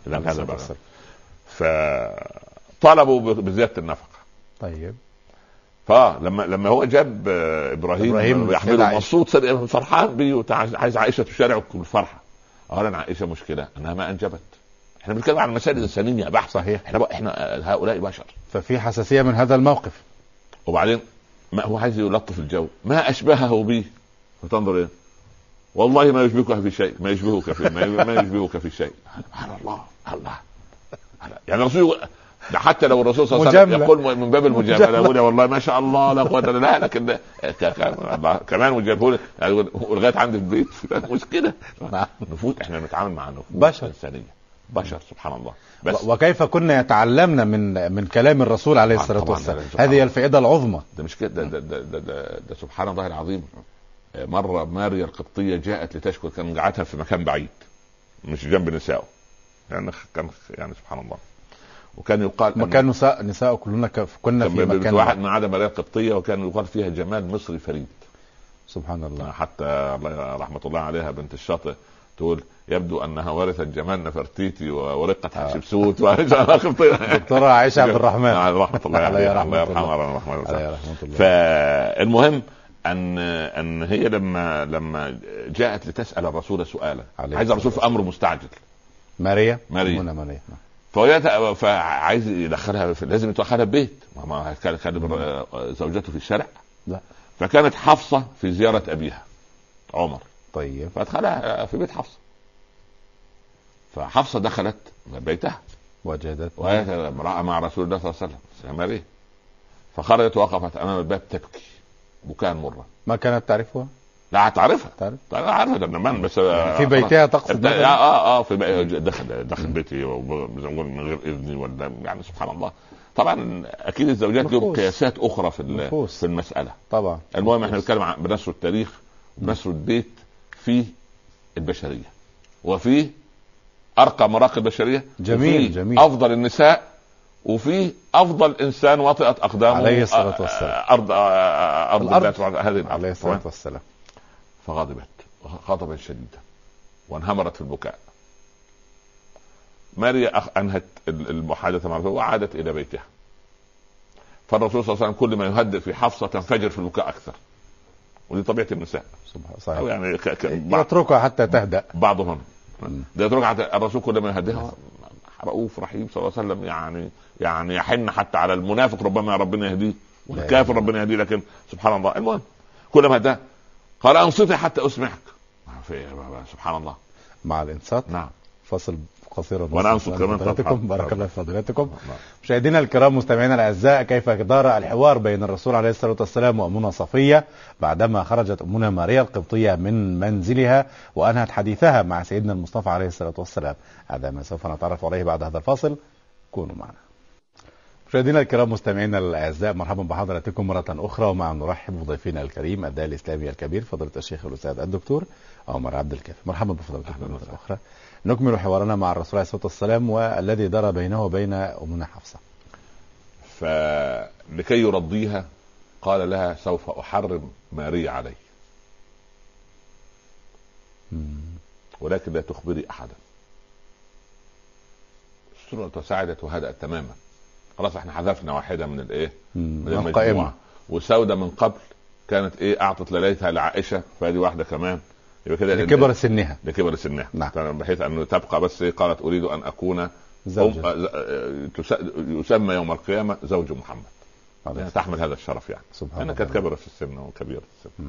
فطلبوا بزيادة النفقة. طيب. فلما هو جاب ابراهيم يحمله مبسوط فرحان بيه عايز عائشه تشارعه بالفرحه. اولا عائشه مشكله انها ما انجبت، احنا بنتكلم عن مسائل انسانيه بحت. صحيح. احنا هؤلاء بشر، ففي حساسيه من هذا الموقف. وبعدين ما هو عايز يلطف الجو، ما اشبهه به. فتنظر ايه؟ والله ما يشبهك في شيء، ما يشبهك في شيء. سبحان الله. يعني الرسول حتى لو الرسول صلى الله عليه وسلم يقول من باب المجامله يقول والله ما شاء الله لا قوه الا بالله، لكن كمان وجابه لغايه عند البيت مشكله. نفوت احنا بنتعامل مع نفوس بشر انسانيه بشر سبحان الله. بس وكيف كنا يتعلمنا من كلام الرسول عليه الصلاة والسلام. هذه الفائدة العظمى. ده مش كده، ده سبحان الله العظيم. مرة ماريا القبطية جاءت لتشكر، كان قعدتها في مكان بعيد مش جنب نسائه، يعني كان يعني سبحان الله. وكان يقال مكان نساء كلنا كنا في مكان واحد ما عدا ماريا القبطية، وكان يقال فيها جمال مصري فريد. سبحان الله. حتى الله رحمة الله عليها بنت الشاطئ تقول يبدو انها ورثت جمال نفرتيتي ورقة حتشبسوت دكتورة عائشة عبد الرحمن رحمة الله عليها، الله يرحمها. فالمهم ان هي لما جاءت لتسأل الرسول سؤالا، عايز الرسول في امر مستعجل. ماريا فعايز يدخلها لازم يدخلها ببيت، ما كان زوجته في الشارع لا. فكانت حفصة في زيارة ابيها عمر، طيب فادخلها في بيت حفصة. فحفصة دخلت بيتها وجدت امرأة مع رسول الله صلى الله عليه وسلم ماريا، فخرجت وقفت امام الباب تبكي بكاء مرة. ما كانت تعرفها؟ لا تعرفها، عارفها من بس في بيتها تقصد؟ في دخل بيتي من غير اذني ولا يعني سبحان الله. طبعا اكيد الزوجات لهم قياسات اخرى في المسألة طبعا. المهم احنا بنتكلم عن بنسر التاريخ، بنسر البيت في البشرية وفي ارقى مراقب البشرية، جميل افضل النساء، وفي افضل انسان وطئت اقدامه عليه الصلاة والسلام ارض هذه عليه الصلاة والسلام. فغضبت غضبا شديدا وانهمرت في البكاء. ماريا انهت المحادثة معه وعادت الى بيتها. فالرسول صلى الله عليه وسلم كل ما يهدئ في حفصة تنفجر في البكاء اكثر، ودي طبيعة النساء صحيح. يعني يتركها حتى تهدأ بعضهم، يتركها. الرسول كل ما يهدئها رؤوف رحيم صلى الله عليه وسلم، يعني يحن حتى على المنافق ربما ربنا يهديه، والكافر ربنا يهديه، لكن سبحان الله. المهم كل ما هداه قال انصتي حتى اسمعك. سبحان الله. مع الانصات نعم. فصل قصير وانا انصت كمان. بارك الله في فضيلتكم. مشاهدينا الكرام مستمعينا الاعزاء، كيف دار الحوار بين الرسول عليه الصلاه والسلام وامنا صفيه بعدما خرجت امنا ماريا القبطيه من منزلها وانهت حديثها مع سيدنا المصطفى عليه الصلاه والسلام. هذا ما سوف نتعرف عليه بعد هذا الفاصل، كونوا معنا. مشاهدينا الكرام مستمعينا الاعزاء، مرحبا بحضراتكم مره اخرى، ومع نرحب بضيفنا الكريم الداعي الاسلامي الكبير فضيله الشيخ الاستاذ الدكتور عمر عبد الكافي. مرحبا بفضيلتكم مره اخرى. نكمل حوارنا مع الرسول عليه الصلاه والسلام والذي دار بينه وبين امنا حفصه. فلكي يرضيها قال لها سوف احرم ماريا علي، ولكن لا تخبري احدا. السورة تساعدت وهدأت تماما. خلاص احنا حذفنا واحدة من من المجموعة. وسودة من قبل كانت اعطت ليلتها لعائشة، فهذه واحدة كمان لكبر سنها. نعم. بحيث انه تبقى بس قالت اريد ان اكون يسمى يوم القيامة زوج محمد، يعني تحمل هذا الشرف، يعني انا كانت كبيرة في السن وكبيرة في السن.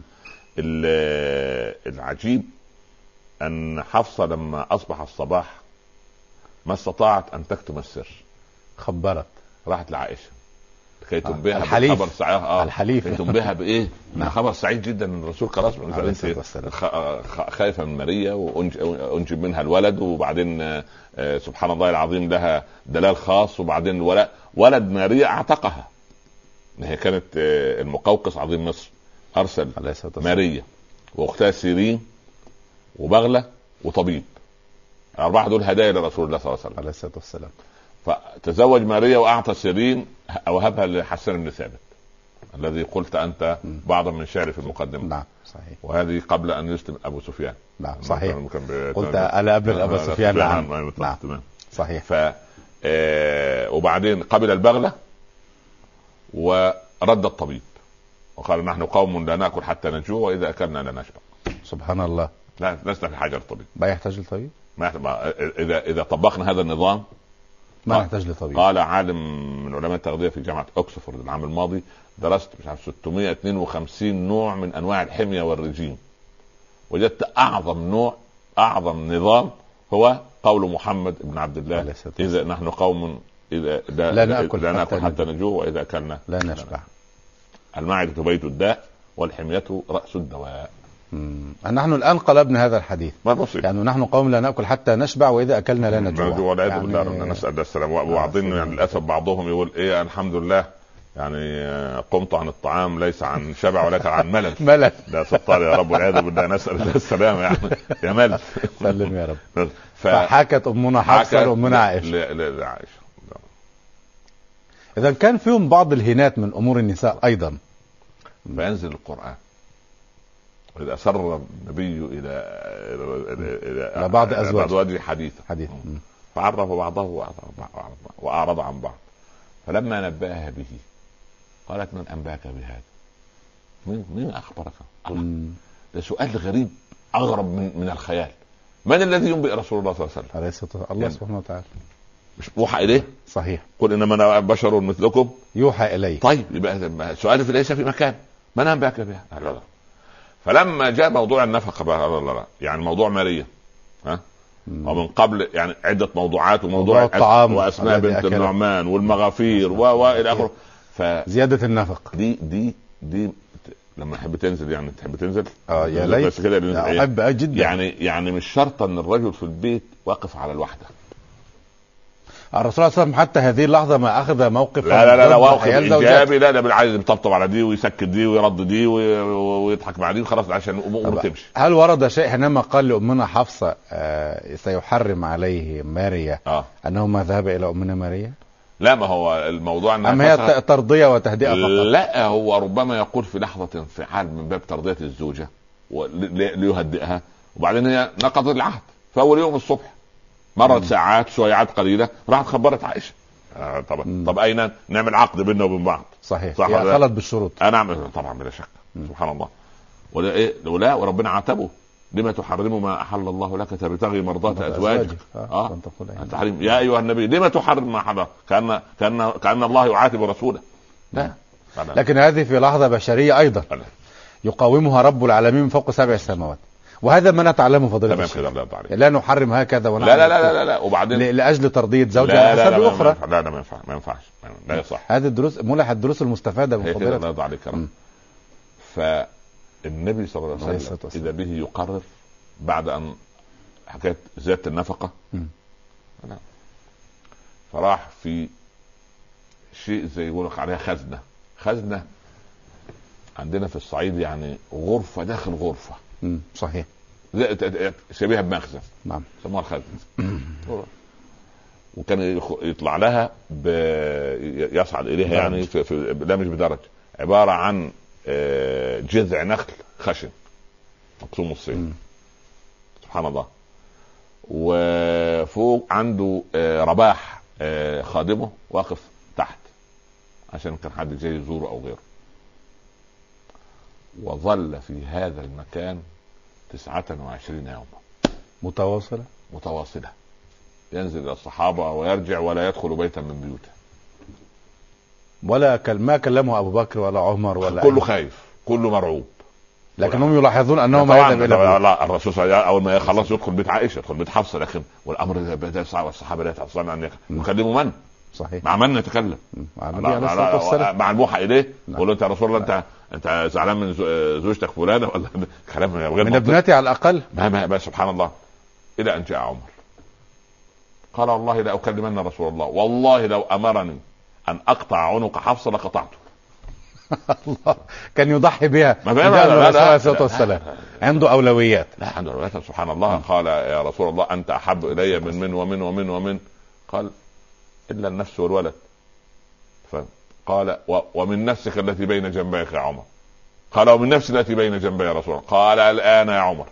العجيب ان حفصة لما اصبح الصباح ما استطاعت ان تكتم السر، خبرت، راحت لعائشة كي تنبهها بخبر سعيد. الحليف كي تنبهها بايه؟ خبر سعيد جدا ان الرسول خلاص خايفه من ماريا وانجب منها الولد، وبعدين سبحان الله العظيم لها دلال خاص، وبعدين ولد ماريا اعتقها. هي كانت المقوقس عظيم مصر ارسل ماريا واختها سيرين وبغله وطبيب، الاربعه دول هدايا لرسول الله صلى الله عليه وسلم عليه الصلاه والسلام. فتزوج ماريا واعطى سيرين اوهبها لحسان بن ثابت الذي قلت انت بعضا من شعر في المقدمه. نعم صحيح. وهذه قبل ان يسلم ابو سفيان. نعم صحيح. قلت الا ابلغ ابو سفيان. نعم صحيح. وبعدين قبل البغله ورد الطبيب وقال نحن قوم لا ناكل حتى نجوع واذا اكلنا لا نشبع. سبحان الله. لا لسنا في حاجه للطبيب. ما يحتاج للطبيب. اذا طبقنا هذا النظام ما نحتاج لطبيب. قال عالم من علماء التغذية في جامعة اوكسفورد العام الماضي، درست 652 نوع من انواع الحمية والرجيم، وجدت اعظم نظام هو قول محمد بن عبد الله اذا نحن قوم اذا لا ناكل حتى نجوع واذا اكلنا لا نشبع. المعدة بيت الداء والحمية رأس الدواء. نحن الآن قلبنا هذا الحديث، يعني نحن قوم لا نأكل حتى نشبع وإذا أكلنا لا نجوع. والعياذ بالله، نسأل السلام. وبعضهم يعني للأسف بعضهم يقول إيه الحمد لله يعني قمت عن الطعام ليس عن شبع ولكن عن ملل. ملل ده ستار يا رب والعياذ بالله، نسأل الله السلام يعني يا ملل. سلم يا رب. فحكت أمنا حفصة لأمنا عائشة. لعائشة. إذا كان فيهم بعض الهينات من أمور النساء أيضا. فينزل القرآن إذا أسر النبي إلى بعض أزواجه حديثا فعرف بعضه وأعرض عن بعض، فلما نبأها به قالت من أنباك بهذا؟ مين أخبرك؟ ده سؤال غريب أغرب من الخيال. من الذي ينبئ رسول الله صلى الله عليه وسلم؟ الله سبحانه وتعالى. مش يوحى إليه؟ صحيح. قل إنما أنا بشر مثلكم يوحى إليه. طيب يبقى سؤال ليس في مكان. من أنباك بها؟ لا. فلما جاء موضوع النفقة بقى يعني موضوع مالية ومن قبل يعني عدة موضوعات، وموضوع الطعام وأسماء بنت النعمان والمغافير وإلى آخره. زيادة النفقة دي لما تحب تنزل يعني تحب تنزل يا ليت بس كده أحب جدا. يعني مش شرط ان الرجل في البيت واقف على الوحدة. الرسول صلى الله عليه وسلم حتى هذه اللحظة ما أخذ موقف لا موقف إيجابي. لا بالعكس بيطبطب على دي ويسكت دي ويرد دي ويضحك مع دي خلاص عشان الأمور تمشي. هل ورد شيء حينما قال لأمنا حفصة سيحرم عليه ماريا أنه ما ذهب إلى أمنا ماريا؟ لا، ما هو الموضوع أم هي ترضية وتهدئة فقط؟ لا، هو ربما يقول في لحظة انفعال من باب ترضية الزوجة ليهدئها، وبعدين هي نقضت العهد فأول يوم الصبح مرت ساعات شويات قليلة راحت خبرت عائشة. طب أين نعمل عقد بيننا وبين بعض؟ صحيح. خلت بالشروط. أنا طبعا بلا شك. سبحان الله. ولا وربنا عاتبه لما تحرم ما أحل الله لك تبتغي مرضات أزواجك. التحريم يا أيها النبي لما تحرم ما حرم، كأن الله يعاتب رسوله. لا. لكن هذه في لحظة بشرية أيضا يقاومها رب العالمين من فوق 7 سماوات، وهذا ما نتعلمه فضيلة الشيخ. لا نحرم هكذا لا وبعدين لأجل ترضية زوجها أسباب أخرى. لا ما ينفعش لا يصح. هذه الدروس ملح الدروس المستفادة من فضيلة الله عليك. فالنبي صلى الله عليه وسلم إذا به يقرر بعد أن حكاية زيادة النفقة فراح في شيء زي يقولك عليها خزنة عندنا في الصعيد، يعني غرفة داخل غرفة. صحيح. شبيهة بمخزن. نعم. سموها الخزن. وكان يطلع لها يصعد إليها يعني لا مش بدرجة، عبارة عن جذع نخل خشن مقسوم الصين. سبحان الله. وفوق عنده رباح خادمه واقف تحت عشان كان حد جاي يزوره أو غيره. وظل في هذا المكان 29 يوما متواصلة ينزل إلى الصحابة ويرجع ولا يدخل بيتا من بيوته، ولا ما كلمه أبو بكر ولا عمر ولا كله خايف كله مرعوب. لكنهم يلاحظون أنه ما يذهب إلى لا الرسول صلى الله عليه وسلم أول ما يخلص يدخل بيت عائشة يدخل بيت حفصة، لكن والأمر بدأ صعب والصحابة لا يتعصون أن يكلموا من؟ صحيح. مع من نتكلم؟ مع الموحى إليه. يقول له أنت يا رسول الله أنت زعلان من زوجتك فلانة ولا كلام غير من ابنتي على الأقل؟ ما سبحان الله. إلى أن جاء عمر قال والله لا أكلمن رسول الله، والله لو أمرني أن أقطع عنق حفصة لقطعته. الله كان يضحي بها. لا عنده أولويات. لا عنده أولويات. سبحان الله. قال يا رسول الله أنت أحب إلي من ومن قال إلا النفس والولد. فقال ومن نفسك التي بين جنبيك يا عمر. قال ومن نفسي التي بين جنبي يا رسول الله. قال الآن يا عمر.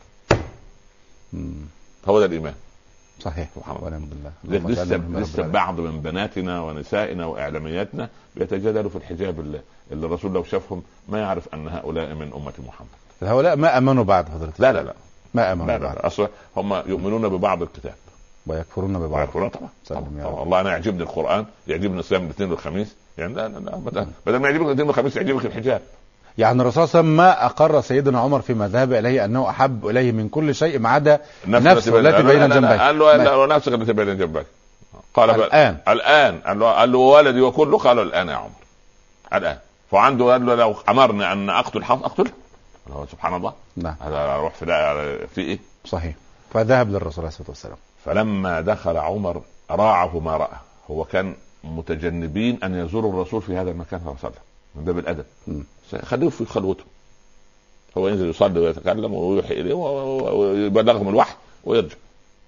هو ده الإيمان. صحيح. سبحان الله. لسه بعض من بناتنا ونسائنا وإعلامياتنا بيتجادلوا في الحجاب اللي الرسول لو شافهم ما يعرف أن هؤلاء من أمة محمد. هؤلاء ما أمنوا بعد حضرتك. لا ما أمنوا بعد. أصلا هم يؤمنون ببعض الكتاب ويكفرون ببعض. طبعا الله أنا يعجبني القرآن يعجبني الإسلام الاثنين والخميس يعني لا بدل ما يعجبك الاثنين والخميس يعجبك الحجاب. يعني الرسول صلى الله عليه وسلم ما أقر سيدنا عمر فيما ذهب إليه أنه أحب إليه من كل شيء ما عدا نفسه التي بين جنبيه. قال له نفسك التي بين جنبيه. قال الآن قال له ولدي وكله. قالوا الآن يا عمر الآن. فعنده قال له لو أمرني أن أقتل حفص أقتله سبحان الله. نعم. هذا اروح في ايه؟ صحيح. فذهب للرسول عليه الصلاه والسلام. فلما دخل عمر راعه ما راى. هو كان متجنبين ان يزوروا الرسول في هذا المكان صلى الله عليه وسلم من باب الادب. خلوه في خلوته، هو ينزل يصلي ويتكلم ويوحي اليه ويبلغهم الوحي ويرجع.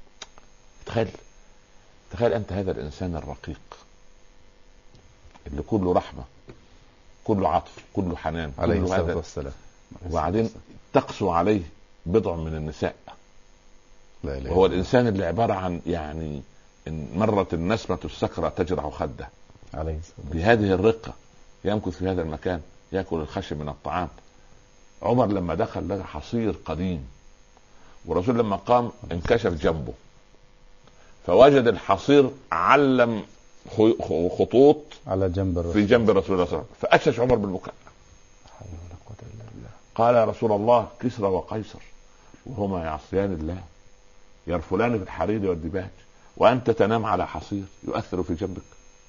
تخيل انت هذا الانسان الرقيق اللي كله رحمه، كله عطف، كله حنان، عليه الصلاه والسلام، وبعدين تقسو عليه بضع من النساء. وهو الانسان اللي عباره عن يعني إن مرت النسمه السكره تجرح خده. بهذه الرقه يمكث في هذا المكان، ياكل الخشب من الطعام. عمر لما دخل لقى حصير قديم، والرسول لما قام انكشف جنبه فوجد الحصير علم خطوط على جنب الرسول، في جنب الرسول صلى الله عليه وسلم. فأشش عمر بالبكاء، قال يا رسول الله كسرى وقيصر وهما يعصيان الله يرفلان في الحرير والدباج وأنت تنام على حصير يؤثر في جنبك.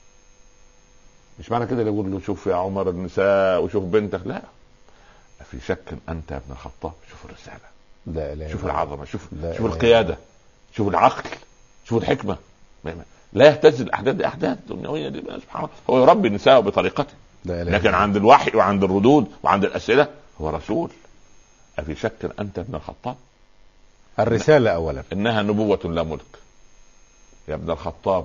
مش معنى كده يقول له شوف يا عمر النساء وشوف بنتك، لا، في شك أنت يا ابن الخطاب. شوف الرسالة، لا شوف العظمة، شوف القيادة، شوف العقل، شوف الحكمة. لا يهتز الأحداث دي أحداث دنيوية دي، سبحان الله. هو يربي النساء بطريقته، لكن عند الوحي وعند الردود وعند الأسئلة هو رسول. أفي شك أنت ابن الخطاب؟ الرسالة أولا إنها نبوة لا ملك. يا ابن الخطاب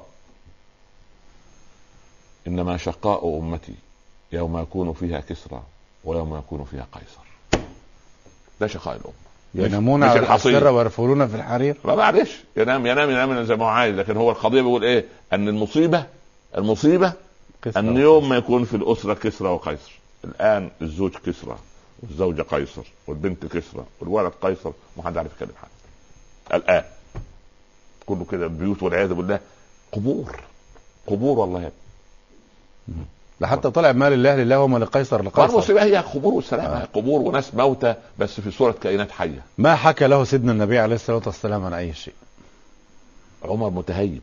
إنما شقاء أمتي يوم يكون فيها كسرى ويوم يكون فيها قيصر. ده شقاء الأمة. ينامون على الحصيرة ويرفلون في الحرير. ما معلش، ينام زي ما هو عايز، لكن هو القضية بيقول ايه؟ ان المصيبة ان يوم ما يكون في الأسرة كسرى وقيصر. الآن الزوج كسرى والزوجة قيصر والبنت كسرى والولد قيصر، ما حد عارف يتكلم حاجة الآن. كله كده البيوت والعياذ بالله قبور والله يا ابني. لحتى طلع مال الله لله وما لقيصر لقيصر. المصيبة هي قبور والسلام. قبور وناس موتى بس في صورة كائنات حية. ما حكى له سيدنا النبي عليه الصلاة والسلام عن أي شيء. عمر متهيب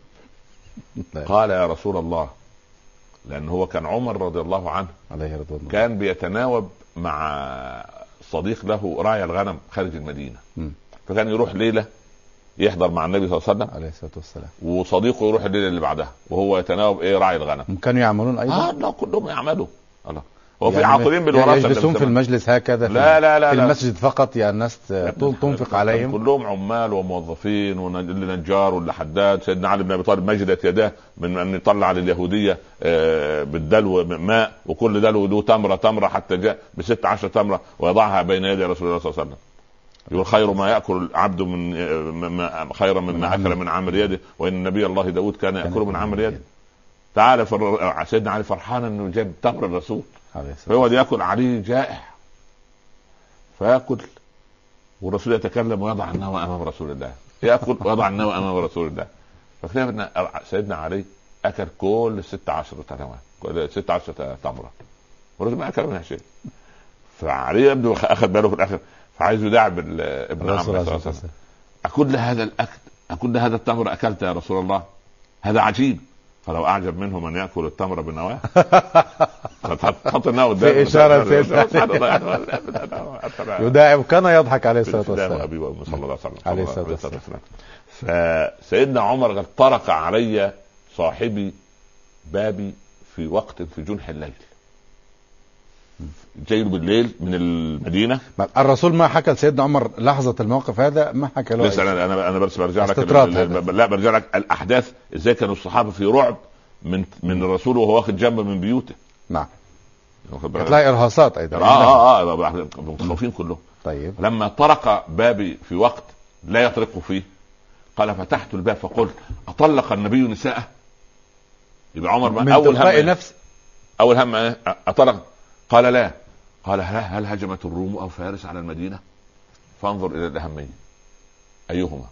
قال يا رسول الله، لأن هو كان عمر رضي الله عنه عليه رضوان الله كان بيتناوب مع صديق له راعي الغنم خارج المدينة. فكان يروح ليلة يحضر مع النبي صلى الله عليه وسلم عليه الصلاة والسلام، وصديقه يروح الليلة اللي بعدها وهو يتناوب راعي الغنم. كانوا يعملون أيضا؟ لا كلهم يعملوا. الله هو في عاقلين بالوراثة. يجلسون في المجلس هكذا لا في المسجد فقط، يعني الناس تنفق عليهم. كلهم عمال وموظفين، واللي نجار واللي حداد. سيدنا علي بن ابي طالب مجدت يداه من ان يطلع لليهوديه بالدلو ماء، وكل دلو له تمره حتى جاء ب16 تمره ويضعها بين يدي رسول الله صلى الله عليه وسلم. يقول خير ما يأكل العبد من خيرا مما أكل من عمر يده، وإن نبي الله داود كان يأكل من عمر يده. تعالى سيدنا علي فرحان انه جاب تمر الرسول، فهو يأكل عليه جائع فيأكل، والرسول يتكلم ويضع النوى أمام رسول الله، يأكل ويضع النوى أمام رسول الله. فكيف أن سيدنا علي أكل كل 16 تمرة، والرسول ما أكل منها شيء. فعلي يبدو أخذ باله في الآخر، فعايز يداعب ابن عمه. أكل هذا الأكل، أكل هذا التمر أكلت يا رسول الله؟ هذا عجيب. فلو أعجب منه من يأكل التمر بالنواه. فتحط النواه في إشارة يداعب. كان يضحك عليه الصلاة والسلام. أبي وأمي صلى الله عليه وسلم. فسيدنا عمر قال طرق علي صاحبي بابي في وقت في جنح الليل، جاي بالليل من المدينه. الرسول ما حكى لسيدنا عمر لحظه الموقف هذا؟ ما حكى له. لسه انا بس برجع لك لا برجع لك الاحداث ازاي كانوا الصحابه في رعب من الرسول وهو واخد جنبه من بيوته. نعم. هتلاقي ارهاصات ايضا. متخوفين كلهم. طيب لما طرق بابي في وقت لا يطرق فيه قال فتحت الباب فقلت اطلق النبي نساءه. يبقى عمر اول هم اطلق. قال لا. قال هل هجمت الروم او فارس على المدينة؟ فانظر الى الاهمية ايهما.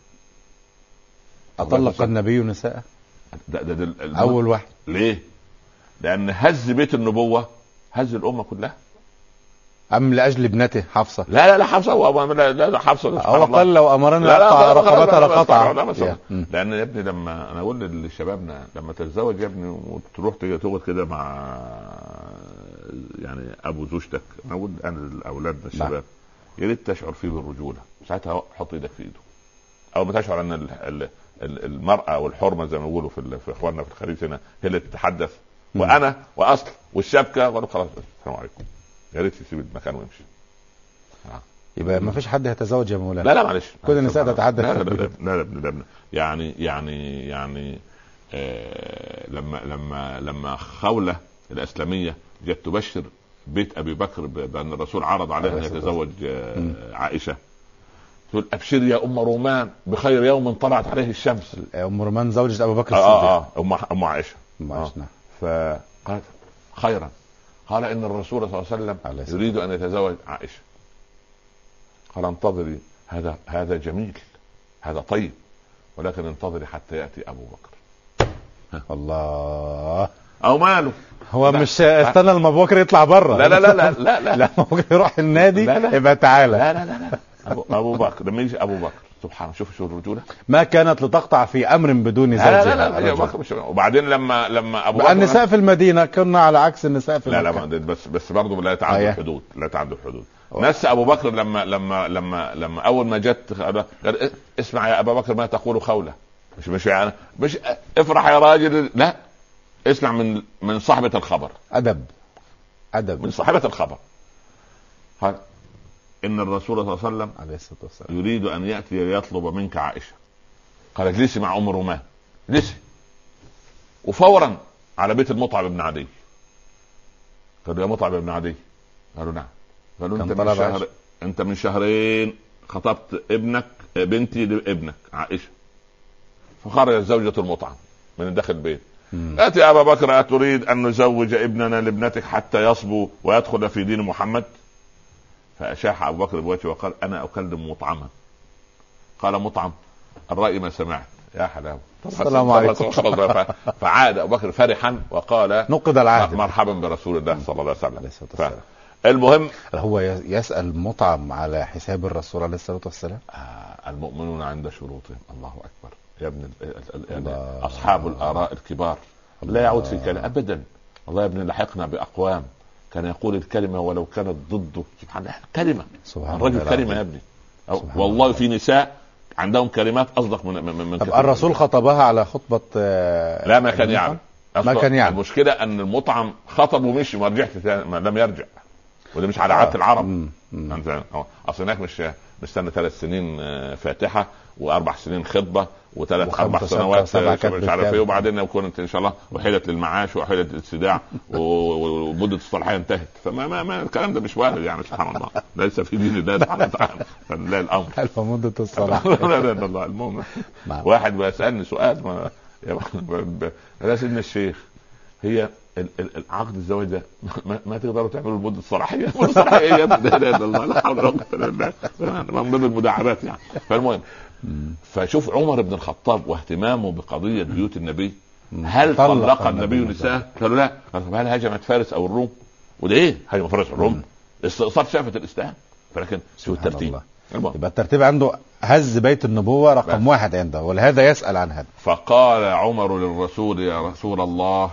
اطلق النبي نساء ده اول واحد. ليه؟ لان هز بيت النبوة هز الامة كلها. ام لاجل ابنته حفصة؟ لا حفصة لا حفصة او قال لو امرنا نقطع رقبتها لقطع. لان يا ابني لما انا اقول لشبابنا لما تتزوج يا ابني وتروح تقعد كده مع يعني ابو زوجتك، انا اقول انا لاولادنا الشباب يا ريت تشعر فيه بالرجوله، ساعتها حط ايدك في ايده. او ما تشعر ان المراه والحرمه زي ما بيقولوا في اخواننا في الخليج هنا هي اللي تتحدث وانا واصل والشبكه، قالوا خلاص السلام عليكم، يا ريت يسيب المكان ويمشي. يبقى ما فيش حد يتزوج يا مولانا؟ لا معلش، كل النساء تتحدث. لا يعني لما خولة الإسلامية جت تبشر بيت أبي بكر بأن الرسول عرض عليه أن يتزوج عائشة، تقول أبشر يا أم رومان بخير يوم طلعت عليه الشمس. أم رومان زوجة أبو بكر الصديق. أم عائشة. فقال خيرا، قال إن الرسول صلى الله عليه وسلم يريد أن يتزوج عائشة. قال انتظري، هذا جميل، هذا طيب، ولكن انتظري حتى يأتي أبو بكر. الله، أو ماله، هو لا. مش استنى لما أبو بكر يطلع بره. لا لما أبو بكر يروح النادي يبقى تعالى. لا أبو بكر لما يجي أبو بكر سبحان، شوف الرجولة ما كانت لتقطع في أمر بدون زوجها. لا. وبعدين لما أبو بكر النساء في المدينة كنا على عكس النساء في لا بس برضه لا تعدوا الحدود، ناس ابو بكر لما اول ما جت قال اسمع يا ابا بكر ما تقول خولة، مش افرح يا راجل، لا اسمع من صاحبة الخبر، ادب من صاحبة الخبر. قال ان الرسول صلى الله عليه وسلم عليه الصلاة والسلام يريد ان ياتي يطلب منك عائشة. قال اجلسي مع ام رومان، اجلسي، وفورا على بيت المطعم بن عدي. قالوا يا مطعم بن عدي، قالوا نعم. قالوا انت من شهرين خطبت بنتي لابنك عائشة. فخرجت زوجة المطعم من داخل البيت، اتي ابا بكر اتريد ان نزوج ابننا لابنتك حتى يصبو ويدخل في دين محمد؟ فاشاح ابو بكر بوجهه وقال انا اكلم مطعما. قال مطعم الرأي ما سمعت. يا حلاوه، السلام عليكم. فعاد ابو بكر فرحا وقال نقض العهد، مرحبا برسول الله صلى الله عليه وسلم. المهم هو يسأل مطعم على حساب الرسول عليه الصلاة والسلام. المؤمنون عند شروطهم. الله أكبر يا ابن أصحاب الآراء الكبار لا يعود في كلام أبدا. الله يا ابن لحقنا بأقوام كان يقول الكلمة ولو كانت ضده. سبحان الله، كلمة الرجل كلمة يا ابني. والله في نساء عندهم كلمات أصدق من طب الرسول خطبها على خطبة لا ما كان يعلم. المشكلة أن المطعم خطب ومشي ما رجعش، لم يرجع، وده مش على عادة العرب. اصل هناك مش مستنى 3 سنين فاتحه و4 سنين خطبه و4 سنوات مش عارف ايه، وبعدين لو كنت ان شاء الله وحيلت للمعاش وحيلت للسداع ومده الصلاحيه انتهت. فما الكلام ده مش وارد يعني. سبحان الله، ليس في دين الله سبحانه وتعالى لا الامر مده الصلاحيه. لا الله. المهم واحد بيسالني سؤال يا سيدنا الشيخ، هي العقد الزواج ده ما تقدروا تعملوا المده الصلاحيه؟ الصلاحيه لا الله، لا حول ولا قوه الا بالله، من ضمن المداعبات يعني. فالمهم فشوف عمر بن الخطاب واهتمامه بقضيه بيوت النبي. هل طلق النبي نساء؟ قالوا لا. هل هجمت فارس او الروم؟ وده ايه هجم فارس الروم؟ استئصال شافة الاسلام. فلكن شو الترتيب؟ يبقى الترتيب عنده هز بيت النبوة رقم 1 عنده، ولهذا يسأل عن هذا. فقال عمر للرسول يا رسول الله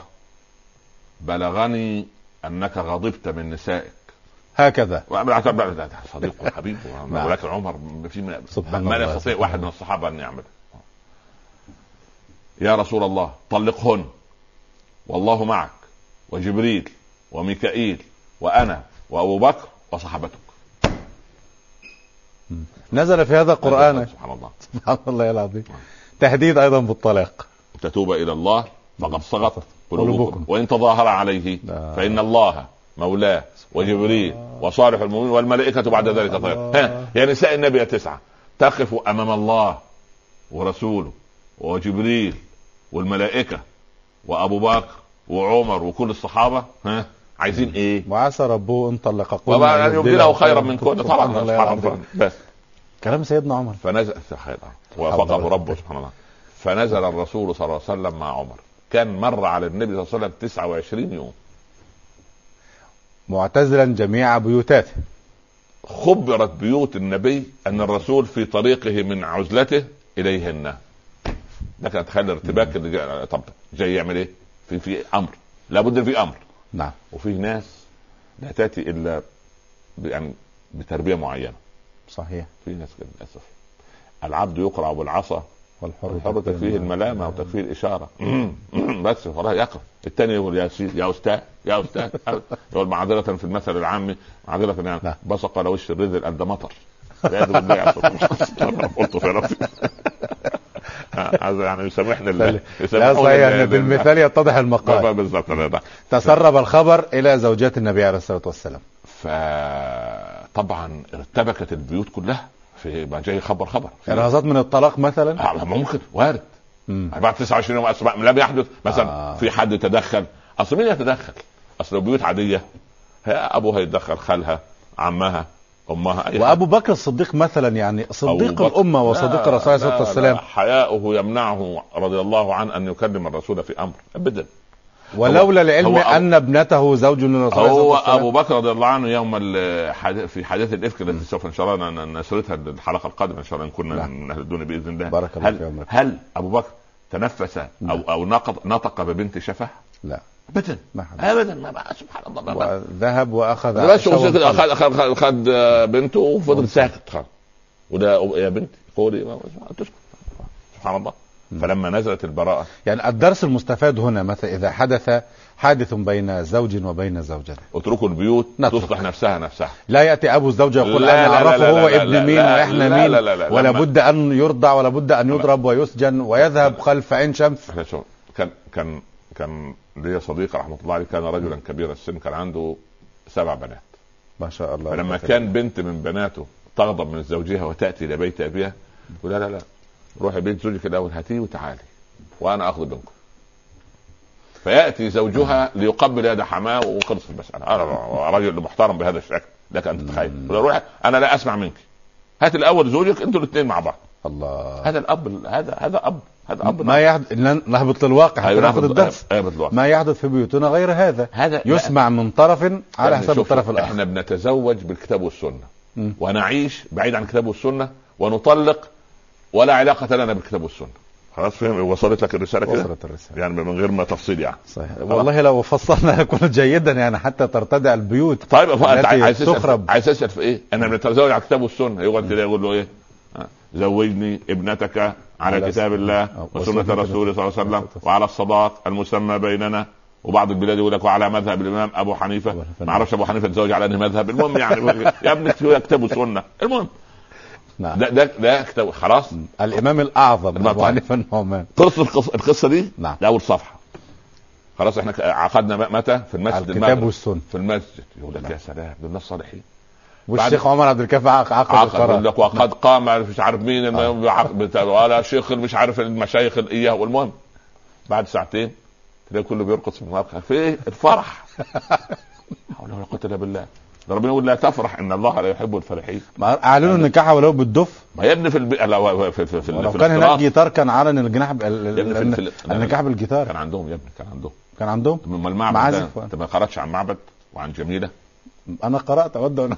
بلغني أنك غضبت من نسائك. هكذا صديق وحبيب. ولكن عمر ما لا يستطيع واحد من الصحابة أن يعمل. يا رسول الله طلقهن، والله معك وجبريل وميكائيل وأنا وأبو بكر وصحابتك. نزل في هذا القرآن سبحان الله، سبحان الله العظيم، تهديد أيضا بالطلاق. تتوب إلى الله فقد صغت قلوبكم وإن تظاهر عليه فإن الله مولاه وجبريل وصالح المؤمنين والملائكة بعد ذلك ظهير. يا نساء النبي 9 تقف أمام الله ورسوله وجبريل والملائكة وأبو بكر وعمر وكل الصحابة. عايزين ايه؟ وعسى ربه ان طلقكم طبعا ان يبدله خيرا منكم. طبعا بس كلام سيدنا عمر. فنزل وفقه ربه سبحانه الله. فنزل الرسول صلى الله عليه وسلم مع عمر. كان مر على النبي صلى الله عليه وسلم 29 يوم معتزلا جميع بيوتاته. خبرت بيوت النبي ان الرسول في طريقه من عزلته اليهن. ده كان تخيل الارتباك اللي طب جاي يعمل ايه؟ في امر لابد في امر. نعم. وفيه ناس لا تاتي الا يعني بتربيه معينه. صحيح. في ناس كده للاسف. العبد يقرع بالعصا والحر تكفيه الملامه وتكفيه الاشاره. بس خلاص يقف. الثاني يقول يا سيدي يا استاذ يا استاذ. يقول معذره في المثل العامي، معذره يعني بصق على وش الرذل قد مطر. قلت في نفسي هذا يعني يسامحني الله. لا صحيح، يعني بالمثال يتضح المقال. بالضبط. تسرب الخبر الى زوجات النبي عليه الصلاه والسلام، فطبعا ارتبكت البيوت كلها في ما جاي خبر لحظات من الطلاق مثلا. ممكن وارد بعد 29 يوم اسماء لم يحدث مثلا في حد تدخل. اصل مين يتدخل؟ اصل بيوت عاديه ابوها يتدخل، خالها، عمها، امها، وابو بكر الصديق مثلا، يعني صديق الامه وصديق الرسول عليه الصلاه والسلام، حياؤه يمنعه رضي الله عنه ان يكلم الرسول في امر ابدا، ولولا العلم ان ابنته زوج للرسول. هو ابو بكر رضي الله عنه يوم في حادثه الافك التي سوف ان شاء الله نسردها الحلقه القادمه ان شاء الله، ان كنا نهدون باذن الله. هل ابو بكر تنفس او نطق ببنت شفه؟ لا ابدا ابدا. ما سبحان الله. ذهب واخذ اخذ بنته وفضل ساكت. وده يا بنتي قولي تسكت. سبحان الله. فلما نزلت البراءة، يعني الدرس المستفاد هنا مثلا إذا حدث حادث بين زوج وبين زوجته، اتركوا البيوت تصلح نفسها. لا يأتي أبو الزوجة يقول أنا أعرفه هو ابن مين وإحنا مين، ولا بد أن يرضع ولا بد أن يضرب ويسجن ويذهب خلف عين شمس. كان لي صديق رحمة الله عليه، كان رجلا كبير السن، كان عنده 7 بنات ما شاء الله. فلما كان بنت من بناته تغضب من زوجها وتأتي لبيت أبيها، يقول لا روحي بيت زوجك الاول هاتيه وتعالي وانا اخذ بينكم. فياتي زوجها ليقبل يد حماه وخلص المساله. انا رجل محترم بهذا الشكل، لك ان تتخيل. روح انا لا اسمع منك، هات الاول زوجك انتوا الاثنين مع بعض. الله. هذا الاب هذا اب ما يحدث. نهبط للواقع حتى ناخذ الدرس. ما يحدث في بيوتنا غير هذا يسمع من طرف على حساب الطرف الاخر. احنا بنتزوج بالكتاب والسنه ونعيش بعيد عن الكتاب والسنه ونطلق ولا علاقة لنا بالكتاب والسنة. خلاص فهم؟ وصلت لك الرسالة كده؟ وصلت الرسالة يعني من غير ما تفصيل يعني. صحيح. والله لو فصلنا يكون جيدا يعني حتى ترتدع البيوت. طيب انت عايز تسأل في ايه؟ انا بنتزوج على الكتاب والسنة، يقعد كده يقول له ايه؟ زوجني ابنتك على كتاب الله وسنة رسوله صلى الله عليه وسلم وعلى الصداق المسمى بيننا. وبعض البلاد يقول لك وعلى مذهب الامام ابو حنيفة. ما اعرفش ابو حنيفة تزوج على انهي مذهب. المهم يعني يا ابني كتاب وسنة. المهم نعم. ده كتاب خلاص. الامام الاعظم ابو حنيفه النعمان. القصه دي نعم. اول صفحه خلاص. احنا عقدنا متى في المسجد الكتاب والسنه في المسجد. يقول لك يا سلام دول الناس صالحين. والشيخ عمر عبد الكافي عقد لك وقد قام مش عارف مين ولا شيخ مش عارف المشايخ اياه. والمهم بعد ساعتين تلاقي كله بيرقص في المرقص في الفرح. حول ولا قوه الا بالله. ربنا يقول لا تفرح ان الله لا يحب الفرحين. اعلنوا النكاح ولو بالدف. ما يا ابني في لو كان هناك جيتار كان اعلن الجناح النكاح بالجيتار. كان عندهم يا ابني كان عندهم ما المعبد انت ما قراتش عن معبد وعن جميله؟ انا قرات اود ان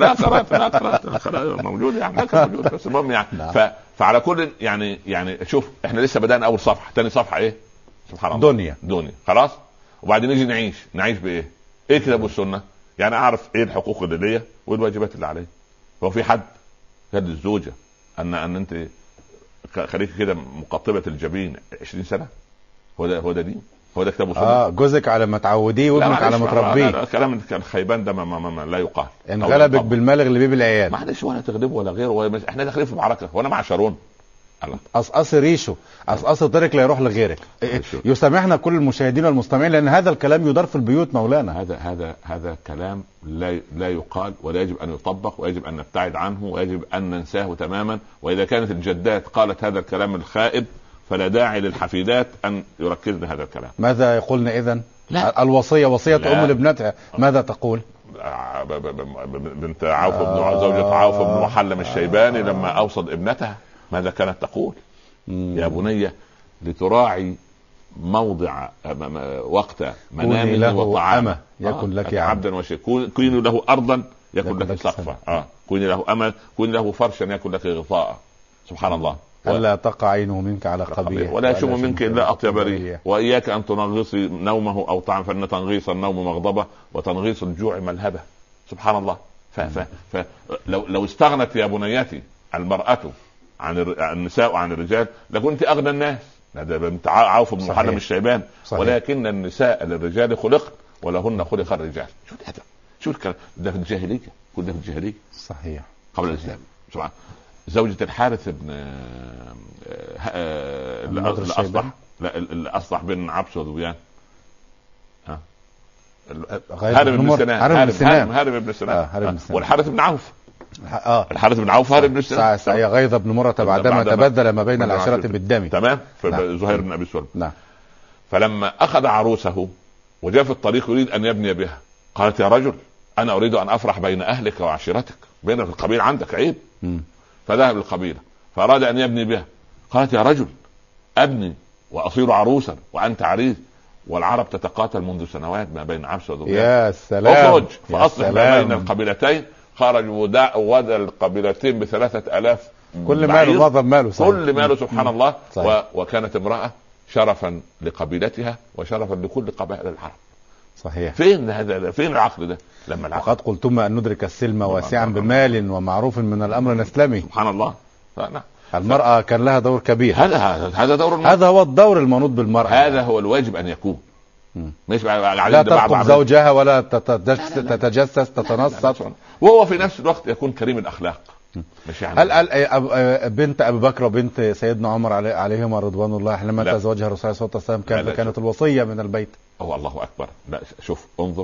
قرات موجود يعني موجود. بس المهم يعني فعلى كل يعني شوف احنا لسه بدأنا اول صفحه. ثاني صفحه ايه؟ سبحان الله دنيا خلاص. وبعدين نيجي نعيش بايه؟ ايه كتاب السنه؟ يعني اعرف ايه الحقوق اللي ليا وايه الواجبات اللي عليا. هو في حد قال للزوجه ان انت خليكي كده مقطبه الجبين 20 سنه؟ هو ده دين؟ هو ده كتاب وسنه؟ جوزك على ما تعوديه وابنك على ما تربيه. كلام كان خيبان ده ما لا يقال. ان غلبك بالمال اغلبيه بالعيال. معلش ولا تغلبه ولا غيره. احنا داخلين في معركه وانا مع شارون. قصقص ريشه قصقص طريق لا يروح لغيرك. يسامحنا كل المشاهدين والمستمعين لان هذا الكلام يدار في البيوت مولانا. هذا كلام لا يقال ولا يجب ان يطبق ويجب ان نبتعد عنه ويجب ان ننساه تماما. واذا كانت الجدات قالت هذا الكلام الخائب فلا داعي للحفيدات ان يركزن هذا الكلام. ماذا يقولن اذن؟ الوصيه وصيه ام لابنتها ماذا تقول؟ بنت عوف بن زوجة عوف بن محلم الشيباني لما اوصت ابنتها ماذا كانت تقول؟ يا بني لتراعي موضع وقت منامه وطعامه يكن لك عبدا وشيء. كوني له ارضا يكن لك سقفا. كوني له امل. كوني له فرشا يكن لك غطاء. سبحان الله. ألا تقع عينه منك على قبيح ولا يشم منك إلا أطيب ريح. وإياك أن تنغصي نومه أو طعم فإن تنغيص النوم مغضبة وتنغيص الجوع ملهبة. سبحان الله. لو استغنت يا بنيتي المرأة عن النساء وعن الرجال لكنت اغنى الناس. هذا بنت عوف بن محرم الشيبان. ولكن النساء للرجال خلقت ولهن خلق الرجال. شوف هذا، شوف الكلام ده في الجاهليه، كل ده في الجاهليه صحيح قبل الاسلام. سبحان. زوجة الحارث بن الأصلح بن عبس وذبيان، هارب بن سنان، هارب بن سنان، والحارث بن عوف، الحارث بن عوف هارب بن سنان، غيظ بن مرة بعدما تبدل ما بين العشرة بالدم. تمام. زهير بن أبي سلمى. فلما أخذ عروسه وجاء في الطريق يريد أن يبني بها، قالت: يا رجل أنا أريد أن أفرح بين أهلك وعشيرتك، بين في القبيلة عندك عيب. فذهب للقبيلة فأراد أن يبني بها، قالت: يا رجل أبني وأصير عروسا وأنت عريس، والعرب تتقاتل منذ سنوات ما بين عبس وذبيان. يا سلام. اخرج فأصلح ما بين القبيلتين. خرج ودى القبيلتين ب3000 كل ماله معظم ماله كل ماله سبحان الله. وكانت امرأة شرفا لقبيلتها وشرفا لكل قبائل العرب. صحيح. فين هذا؟ فين العقل ده؟ لما العقل وقد قلتم أن ندرك السلم واسعا بمال ومعروف من الأمر نسلمي. سبحان الله. المرأة كان لها دور كبير. هذا دور المرأة. هذا هو الدور المنوط بالمرأة. هذا هو الواجب أن يكون. مش لا ترقب زوجها ولا تتجسس تتنصت، وهو في نفس الوقت يكون كريم الأخلاق. مش يعني هل بنت أبي بكر وبنت سيدنا عمر عليهما رضوان الله لما تزوجها الرسول صلى الله عليه وسلم كانت الوصية من البيت؟ الله أكبر. لا شوف، انظر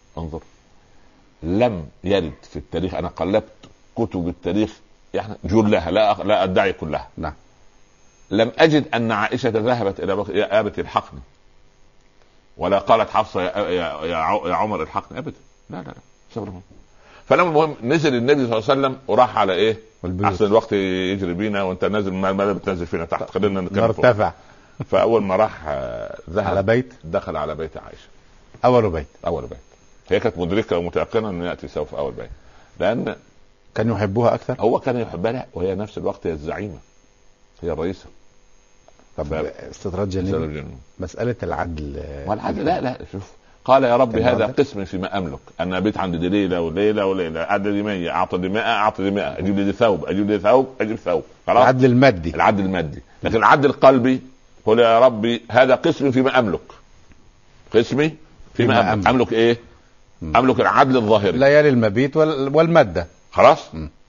لم يرد في التاريخ، أنا قلبت كتب التاريخ يعني جلها، لا أدعي كلها. نعم. لم أجد أن عائشة ذهبت إلى بكر: يا أبت الحقني، ولا قالت حفصة يا عمر الحقني أبدا. لا صبرهم. فلما المهم نزل النبي صلى الله عليه وسلم وراح على إيه؟ أحسن الوقت يجري بينا وأنت نازل، ما بتنزل فينا تحت، خلينا نرتفع. فأول ما راح ذهب على بيت، دخل على بيت عائشة. أول بيت. هي كانت مدركة ومتيقنة أن يأتي سوف أول بيت، لأن كان يحبوها أكثر. هو كان يحبها وهي نفس الوقت هي الزعيمة، هي الرئيسة. طب استطراد جانبي، مسألة العدل والعدل لا شوف، قال: يا رب هذا قسم فيما أملك، أنا بيت عند دي ليلة وليلة، عدل لي 100، أعطي لي 100، أعطي لي 100، أجيب لي ثوب، أجيب ثوب. خلاص. العدل المادي. لكن العدل القلبي قل: يا ربي هذا قسم فيما أملك، قسمي فيما أملك إيه؟ أملك العدل الظاهري، ليالي المبيت والمادة. خلاص.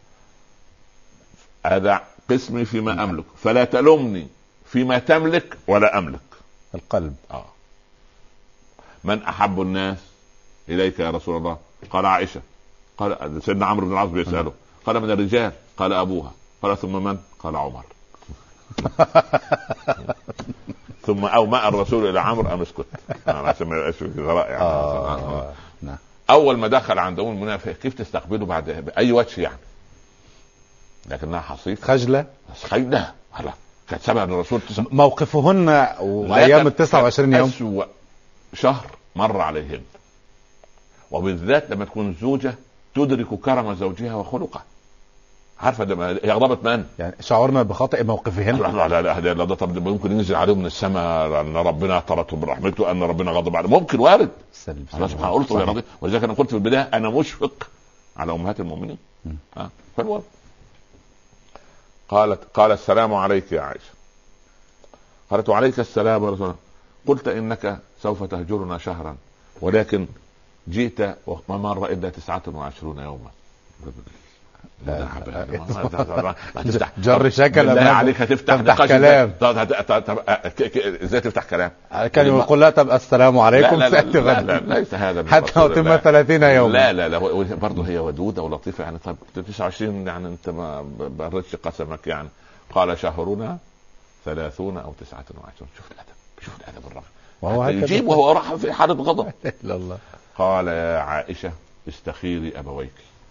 هذا قسمي فيما أملك، فلا تلومني فيما تملك ولا أملك. القلب. من أحب الناس إليك يا رسول الله؟ قال عائشة. قال سيدنا عمرو بن العاص بيسأله، قال: من الرجال؟ قال: أبوها. قال: ثم من؟ قال: عمر. ثم أومأ الرسول إلى عمرو أن اسكت عشان ما يبقاش في ذراء يعني. أول ما دخل عند أم المؤمنين كيف تستقبله بعد بأي وجه يعني، لكنها حصيف خجلة. هلا كانت سبب الرسول موقفهن وأيام 29 يوم أسوأ شهر مر عليهن، وبالذات لما تكون زوجة تدرك كرم زوجها وخلقه. عارفه ده هي غضبت من؟ يعني شعورنا بخطأ موقفهن. لا طب ممكن ينزل عليهم من السماء ان ربنا طردهم برحمته، ان ربنا غضب عليهم، ممكن وارد. انا سبحان قلت يا ربي، ولذلك انا قلت في البدايه انا مشفق على امهات المؤمنين. فالوارد قال: السلام عليك يا عائشه. قالت: وعليك السلام يا رسول الله. قلت: انك سوف تهجرنا شهرا، ولكن جئت وما مر الا 29 يوما. جر شكل بالله عليك هتفتح كلام. ازاي تفتح كلام؟ كان يقول لها: طب السلام عليكم. لا ليس هذا حتى وتم 30 يوم. لا برضه هي ودودة ولطيفة يعني. طب 29 يعني انت ما بردش قسمك يعني. قال: شهرنا 30 أو 29. شوف الأدب الرغم، وهو يجيب وهو راح في حالة غضب. قال: يا عائشة استخيري أبويك.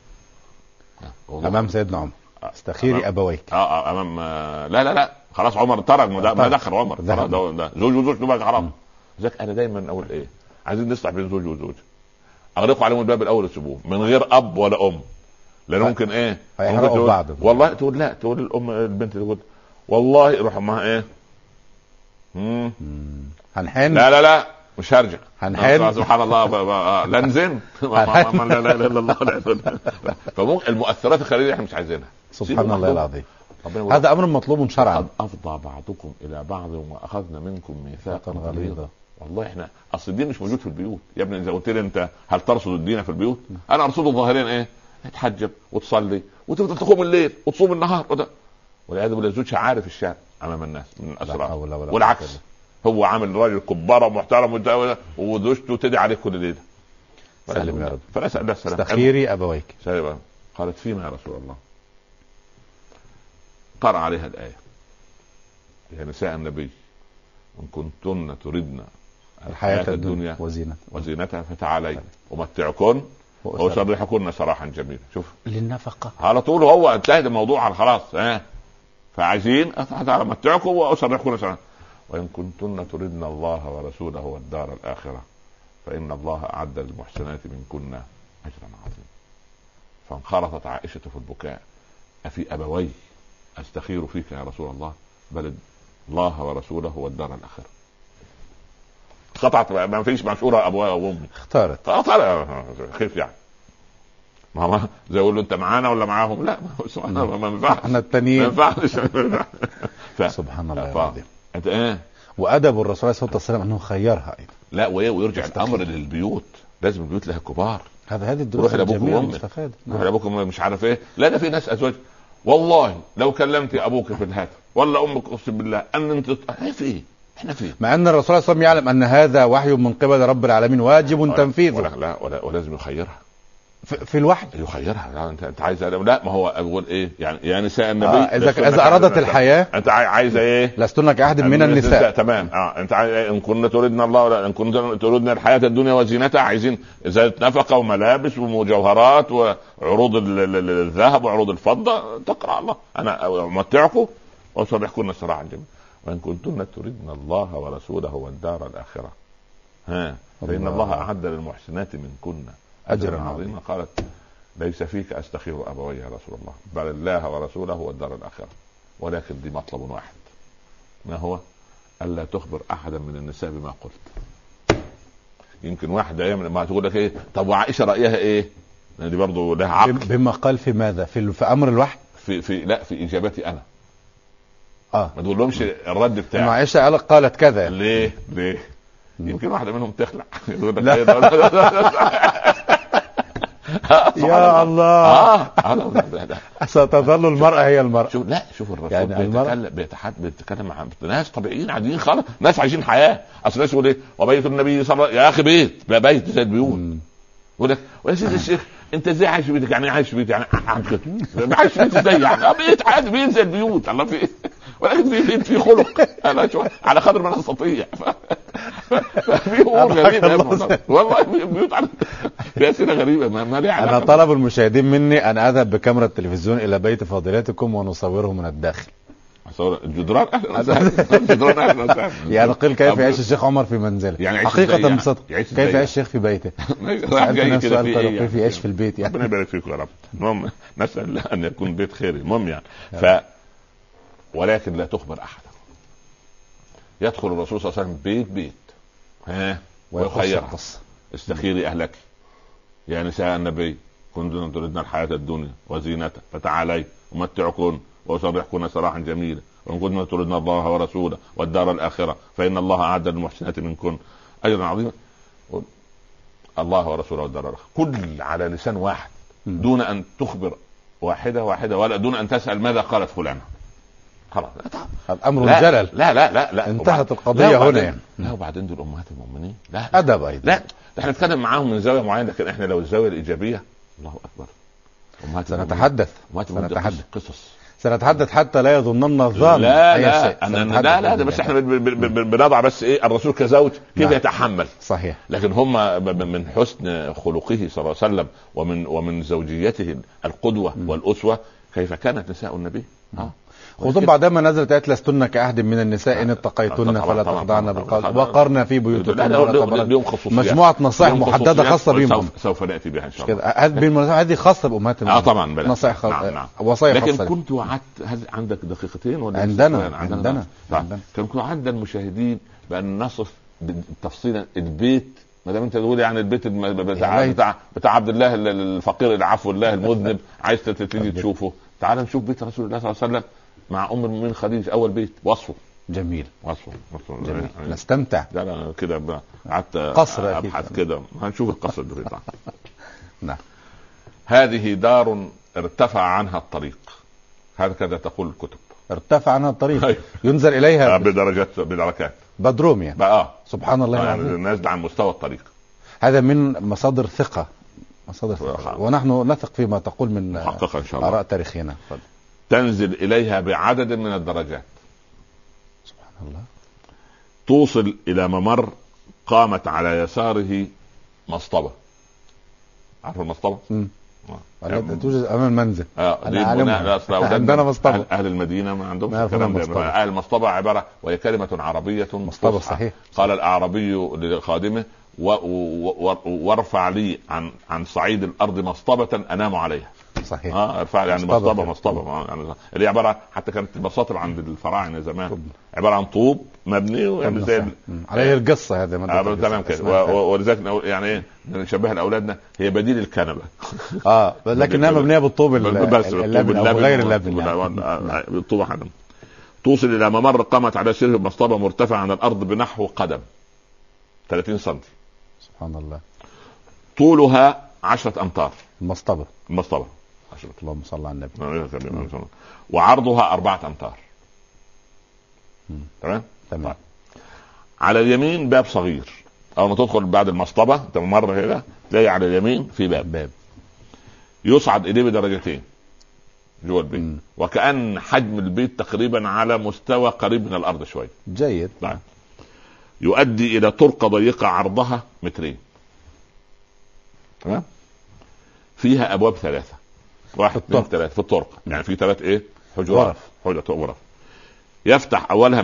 امام سيدنا عمر استخيري ابويك. امام لا خلاص عمر ترك ما دخل عمر ده زوج بقى حرام. لذلك انا دايما اقول ايه، عايزين نصلح بين زوج وزوج، اغلقوا عليهم الباب الاول وسيبوه من غير اب ولا ام، لان ممكن ايه هيحرقوا بعض. والله تقول الام البنت تقول والله روح امها ايه هنحن. لا مش هرجع هنحل سبحان الله لا نزن لا اله الا الله فممكن المؤثرات الخارجيه احنا مش عايزينها. سبحان الله العظيم. هذا امر مطلوب شرعا. قد افضى بعضكم الى بعض واخذنا منكم ميثاقا غليظا. والله احنا اصل الدين مش موجود في البيوت يا ابني. اذا قلت لي انت هل ترصد الدين في البيوت؟ انا ارصده ظاهريا ايه؟ تحجب وتصلي وتفضل تقوم الليل وتصوم النهار والعياذ بالله زوجها عارف الشارع امام الناس من الاسرار. والعكس هو عامل راجل كبارة محترم وزوجته تدعي عليه كل ليله. سلم يا رب. فنسأل الله السلامه. استخيري ابويك. قالت فيما يا رسول الله؟ قرأ عليها الآية يا نساء النبي إن كنتن تردن الحياة الدنيا وزينتها فتعالين أمتعكن وأسرحكن سراحا جميلا. شوف للنفقة على طول هو انتهت الموضوع على خلاص. فعايزين أمتعكم وأسرحكن سراحا. وإن كنتن تردن الله ورسوله والدار الآخرة فإن الله أعد للمحسنات منكن أجرا عظيما. فانخرطت عائشة في البكاء أفي أبوي أستخير فيك يا رسول الله؟ بل الله ورسوله والدار الآخرة. قطعت ما فيش مشورة أبوها وأمي اختارت خيف يعني ماما زي يقول له أنت معانا ولا معاهم؟ لا ما ينفعش احنا التانيين ما ينفعش. سبحان الله العظيم. انت وادب الرسول صلى الله عليه وسلم انه خيرها ايضا. لا ويرجع الامر للبيوت. لازم البيوت لها كبار. هذه الدروس الجميله المستفاده. روح لابوك مش عارف ايه. لا ده في ناس ازواج والله لو كلمت ابوك في الهاتف ولا امك اقسم بالله ان انت في ايه احنا فيه. مع ان الرسول صلى الله عليه وسلم يعلم ان هذا وحي من قبل رب العالمين واجب تنفيذه. ولازم يخيرها في الوحي. يخيرها. لا انت عايز لا ما هو اقول ايه يعني يا نساء النبي اذا ارادت الحياه انت عايزه ايه؟ لستن كاحد من النساء. تمام. انت ان كنا تريدنا الله ولا ان كنا تريدنا الحياه الدنيا وزينتها. عايزين زيادة نفقه وملابس ومجوهرات وعروض الذهب وعروض الفضه. تقرا الله انا امتعكم واسرحكن سراحا جميلا. وان كنتن تريدن الله ورسوله والدار الاخره فان الله اعد للمحسنات منكن أجرا عظيما. قالت ليس فيك أستخير أبوي يا رسول الله بل الله ورسوله والدار الآخرة. ولكن دي مطلب واحد ما هو؟ ألا تخبر أحدا من النساء بما قلت. يمكن واحد أيام ما تقول لك إيه طب وعائشة رأيها إيه؟ دي برضو لها عقل. بما قال في ماذا؟ في أمر الوحي؟ لا في إجابتي أنا. ما تقول لهمش الرد بتاعي. عائشة قالت كذا. ليه؟ يمكن واحدة منهم تخلع. يا الله. ستظل المرأة هي المرأة. شوف الرسول يعني بيتكلم مع ناس طبيعيين عاديين خالص. ناس عايشين حياة. اصل الناس يقول ايه وبيت النبي صلى الله عليه وسلم يا اخي بيت زي البيوت. يقول لك ويا سيدي الشيخ انت ازاي عايش في بيتك؟ يعني عايش في بيتي يعني عايش في بيتي ازاي يعني؟ بيت عادي بيت زي البيوت. الله في ولكن في بيت في خلق على قدر ما نستطيع. في امور غريبه والله. بيوت في اسئله غريبه ما ليها علاقه. انا طلب المشاهدين مني ان اذهب بكاميرا التلفزيون الى بيت فضيلتكم ونصوره من الداخل. الجدران اهلا يعني قل كيف يعيش الشيخ عمر في منزله يعني حقيقه بصدق كيف يعيش الشيخ في بيته. كيف يعيش في البيت يعني. ربنا يبارك فيكم يا رب. المهم نسال ان يكون بيت خيري. المهم يعني ولكن لا تخبر احدا. يدخل الرسول صلى الله عليه وسلم بيت ويخيرها استخيري اهلك يا نساء النبي كنتن تردن الحياة الدنيا وزينتها فتعالي أمتعكن وأسرحكن سراحا جميلا. وإن كنتن تردن الله ورسوله والدار الآخرة فإن الله أعد للمحسنات منكن أجرا عظيما. الله ورسوله والدار الآخرة كل على لسان واحد دون أن تخبر واحدة ولا دون أن تسأل ماذا قالت فلانة. خلاص الأمر الجلل. لا انتهت القضية هنا يعني. لا وبعدين دول أمهات المؤمنين. لا أدب أيضا. لا احنا نتكلم معاهم من زاوية معينة. لكن احنا لو الزاوية الإيجابية الله أكبر سنتحدث قصص سنتحدث حتى لا يظنن الظالم لا ده بس احنا بنضع بس ايه الرسول كزوج كيف يتحمل. صحيح. لكن هم من حسن خلقه صلى الله عليه وسلم ومن زوجيته القدوة والأسوة كيف كانت نساء النبي. خصوصا بعدما نزلت آيات لستن كأحد من النساء إن اتقيتن فلا تخضعن بالقول وقرن في بيوتكن. مجموعة نصائح محددة خاصة بهم سوف نأتي بها إن شاء الله. هذه خاصة بأمهات المؤمنين. طبعا نصائح وصايا خاصة. لكن كنت وعدت عندك دقيقتين ولا عندنا كنت وعد المشاهدين بأن نصف تفصيلا البيت، ما دام انت تقول يعني البيت بتاع عبد الله الفقير العفو الله المذنب عايز تيجي تشوفه، تعال نشوف بيت رسول الله صلى الله عليه وسلم مع ام المؤمنين خديجه، اول بيت وصفه جميل، وصفه جميل. نستمتع. لا كده قعدت قصر ابحث كده، هنشوف القصر اللي بيطلع. نعم. هذه دار ارتفع عنها الطريق، هكذا تقول الكتب. ارتفع عنها الطريق ينزل اليها بدركات بدروم يعني بقى. سبحان الله يعني الناس عن مستوى الطريق. هذا من مصادر ثقة، ونحن نثق فيما تقول من محققة إن شاء الله آراء تاريخنا. تنزل إليها بعدد من الدرجات، سبحان الله. توصل إلى ممر قامت على يساره مصطبة. عارف المصطبة؟ توجد امام المنزل. عندنا مصطبة. اهل المدينه ما عندهمش الكلام ده. اهل المصطبة عباره وهي كلمه عربيه مصطبة صحيح. قال الاعرابي لخادمه وارفع لي عن صعيد الارض مصطبة انام عليها. صحيح. ارفع يعني مصطبة يعني اللي عباره، حتى كانت المصاطب عند الفراعنه زمان عباره عن طوب مبني يعني زي عليه القصه هذا تمام كده. ولذلك يعني ايه نشبهها لاولادنا، هي بديل الكنبه. لكنها مبنيه بالطوب اللبن او غير اللبن يعني. بالطوب حدم. توصل الى ممر قامت على سره مصطبة مرتفع عن الارض بنحو قدم 30 سم. سبحان الله. طولها 10 أمتار. المصطبة اللهم صل على النبي. وعرضها 4 أمتار. تمام. على اليمين باب صغير، اول ما تدخل بعد المصطبة تمر هنا تلاقي على اليمين في باب يصعد اليه بدرجتين جوه البيت، وكأن حجم البيت تقريبا على مستوى قريب من الارض شوي. جيد. يؤدي الى طرقة ضيقة عرضها 2 متر. تمام. فيها ابواب 3، 1 2 3 في الطرقة، يعني في 3 حجرات، غرف. يفتح اولها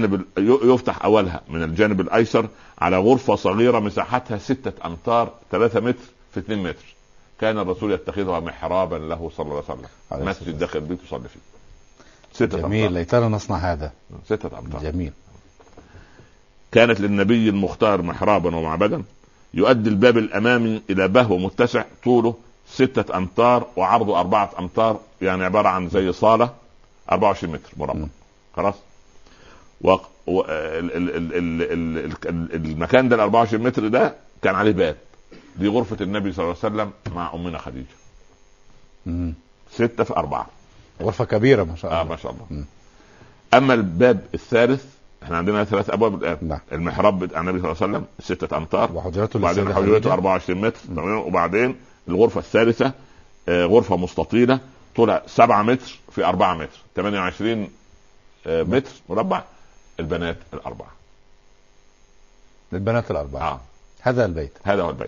من الجانب الايسر على غرفة صغيرة مساحتها 6 أمتار 3 متر في 2 متر. كان الرسول يتخذها محرابا له صلى الله عليه وسلم، مسجد داخل البيت يصلي فيه. 6 أمتار. جميل، ليتنا نصنع هذا. 6 أمتار. جميل. كانت للنبي المختار محرابا ومعبدا. يؤدي الباب الامامي الى بهو متسع طوله 6 أمتار وعرضه 4 أمتار، يعني عبارة عن زي صالة 24 متر مربع. خلاص. المكان ده 24 متر ده كان عليه باب. دي غرفة النبي صلى الله عليه وسلم مع أمنا خديجة. 6 في 4. غرفة كبيرة ما شاء الله. ما شاء الله. أما الباب الثالث، احنا عندنا 3 أبواب الآن. المحراب بتاع النبي صلى الله عليه وسلم 6 أمتار، وبعدين حجرته 24 متر. وبعدين الغرفة الثالثة غرفة مستطيلة طولها 7 متر في 4 متر 28 متر مربع. البنات الأربعة. هذا البيت. هذا هو البيت.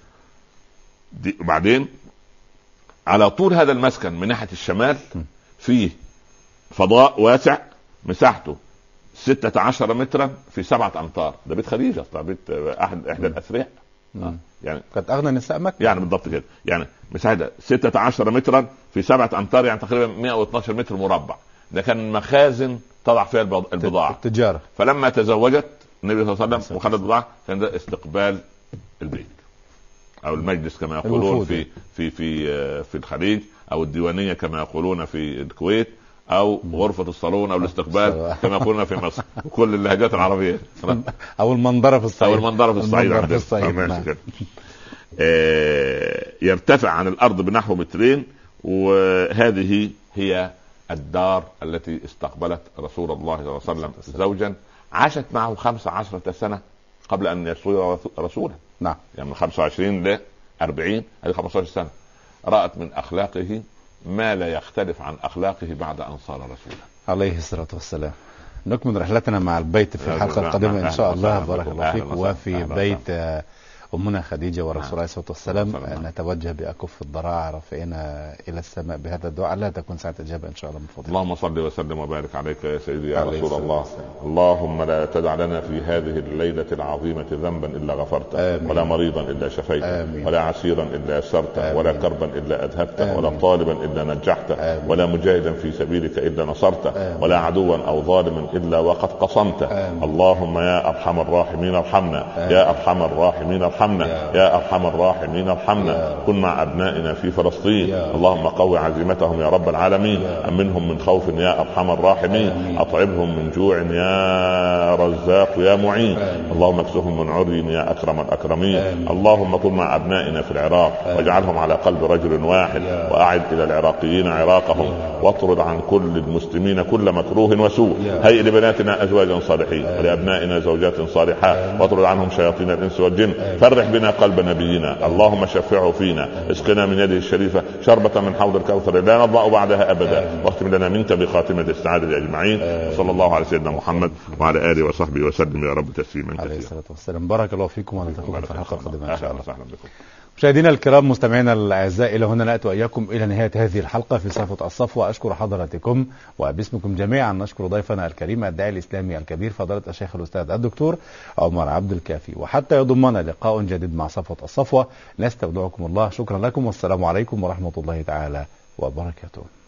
وبعدين على طول هذا المسكن من ناحية الشمال فيه فضاء واسع مساحته 16 مترا في 7 أمتار. ده بيت خديجة، بيت احدى الاثرياء. يعني كانت اغنى نساء مكة يعني بالضبط كده. يعني مساحتها 16 مترا في 7 أمتار، يعني تقريبا 112 متر مربع. ده كان مخازن تضع فيها البضاعة التجارة. فلما تزوجت النبي صلى الله عليه وسلم وخدت البضاعة كان ده استقبال البيت او المجلس كما يقولون في الخليج، او الديوانية كما يقولون في الكويت، او غرفة الصالون او الاستقبال كما يقولون في مصر، وكل اللهجات العربية، او المنظرة في الصعيد. يرتفع عن الارض بنحو 2 متر. وهذه هي الدار التي استقبلت رسول الله صلى الله عليه وسلم زوجا عاشت معه 15 سنة قبل ان يصير رسولا. نعم. يعني من 25 ل 40 هذه 15 سنة. رأت من اخلاقه ما لا يختلف عن اخلاقه بعد ان صار رسولا عليه الصلاة والسلام. نكمل رحلتنا مع البيت في الحلقة القادمة ان شاء الله. بارك الله فيك. وفي بيت أمنا خديجة والرسول عليه الصلاة والسلام نتوجه بأكف الضراعة رافعنا إلى السماء بهذا الدعاء، لا تكون ساعة إجابة إن شاء الله من فضلك. اللهم صل وسلم وبارك عليك يا سيدي يا رسول الله. اللهم لا تدع لنا في هذه الليلة العظيمة ذنبا إلا غفرته، ولا مريضا إلا شفيته، ولا عسيرا إلا يسرته، ولا كربا إلا أذهبته، ولا طالبا إلا نجحته، ولا مجاهدا في سبيلك إلا نصرته، ولا عدوا أو ظالما إلا وقد قصمته. اللهم يا أرحم الراحمين ارحمنا، يا أرحم الراحمين ارحمنا، يا أرحم الراحمين ارحمنا. كن مع أبنائنا في فلسطين، اللهم قوي عزيمتهم يا رب العالمين، أمنهم من خوف يا أرحم الراحمين، أطعمهم من جوع يا رزاق يا معين، اللهم اكسهم من عري يا أكرم الأكرمين. اللهم كن مع أبنائنا في العراق واجعلهم على قلب رجل واحد، وأعد إلى العراقيين عراقهم، واطرد عن كل المسلمين كل مكروه وسوء. هيئ لبناتنا أزواجا صالحين، ولأبنائنا زوجات صالحات، واطرد عنهم شياطين الإنس والجن. فرح بنا قلب نبينا، اللهم شفعه فينا، اسقنا من يده الشريفة شربة من حوض الكوثر لا نضمأ بعدها أبدا، واختم لنا منك بخاتمة السعادة أجمعين. صلى الله على سيدنا محمد وعلى آله وصحبه وسلم يا رب تسليما كثيرا. عليه الصلاة والسلام. بارك الله فيكم ونلتقيكم في الحلقة القادمة إن شاء الله. مشاهدينا الكرام مستمعينا الأعزاء، إلى هنا نأتي وإياكم إلى نهاية هذه الحلقة في صفوة الصفوة. أشكر حضراتكم وباسمكم جميعا نشكر ضيفنا الكريم الداعي الإسلامي الكبير فضيلة الشيخ الأستاذ الدكتور عمر عبد الكافي. وحتى يضمنا لقاء جديد مع صفوة الصفوة نستودعكم الله. شكرا لكم والسلام عليكم ورحمة الله تعالى وبركاته.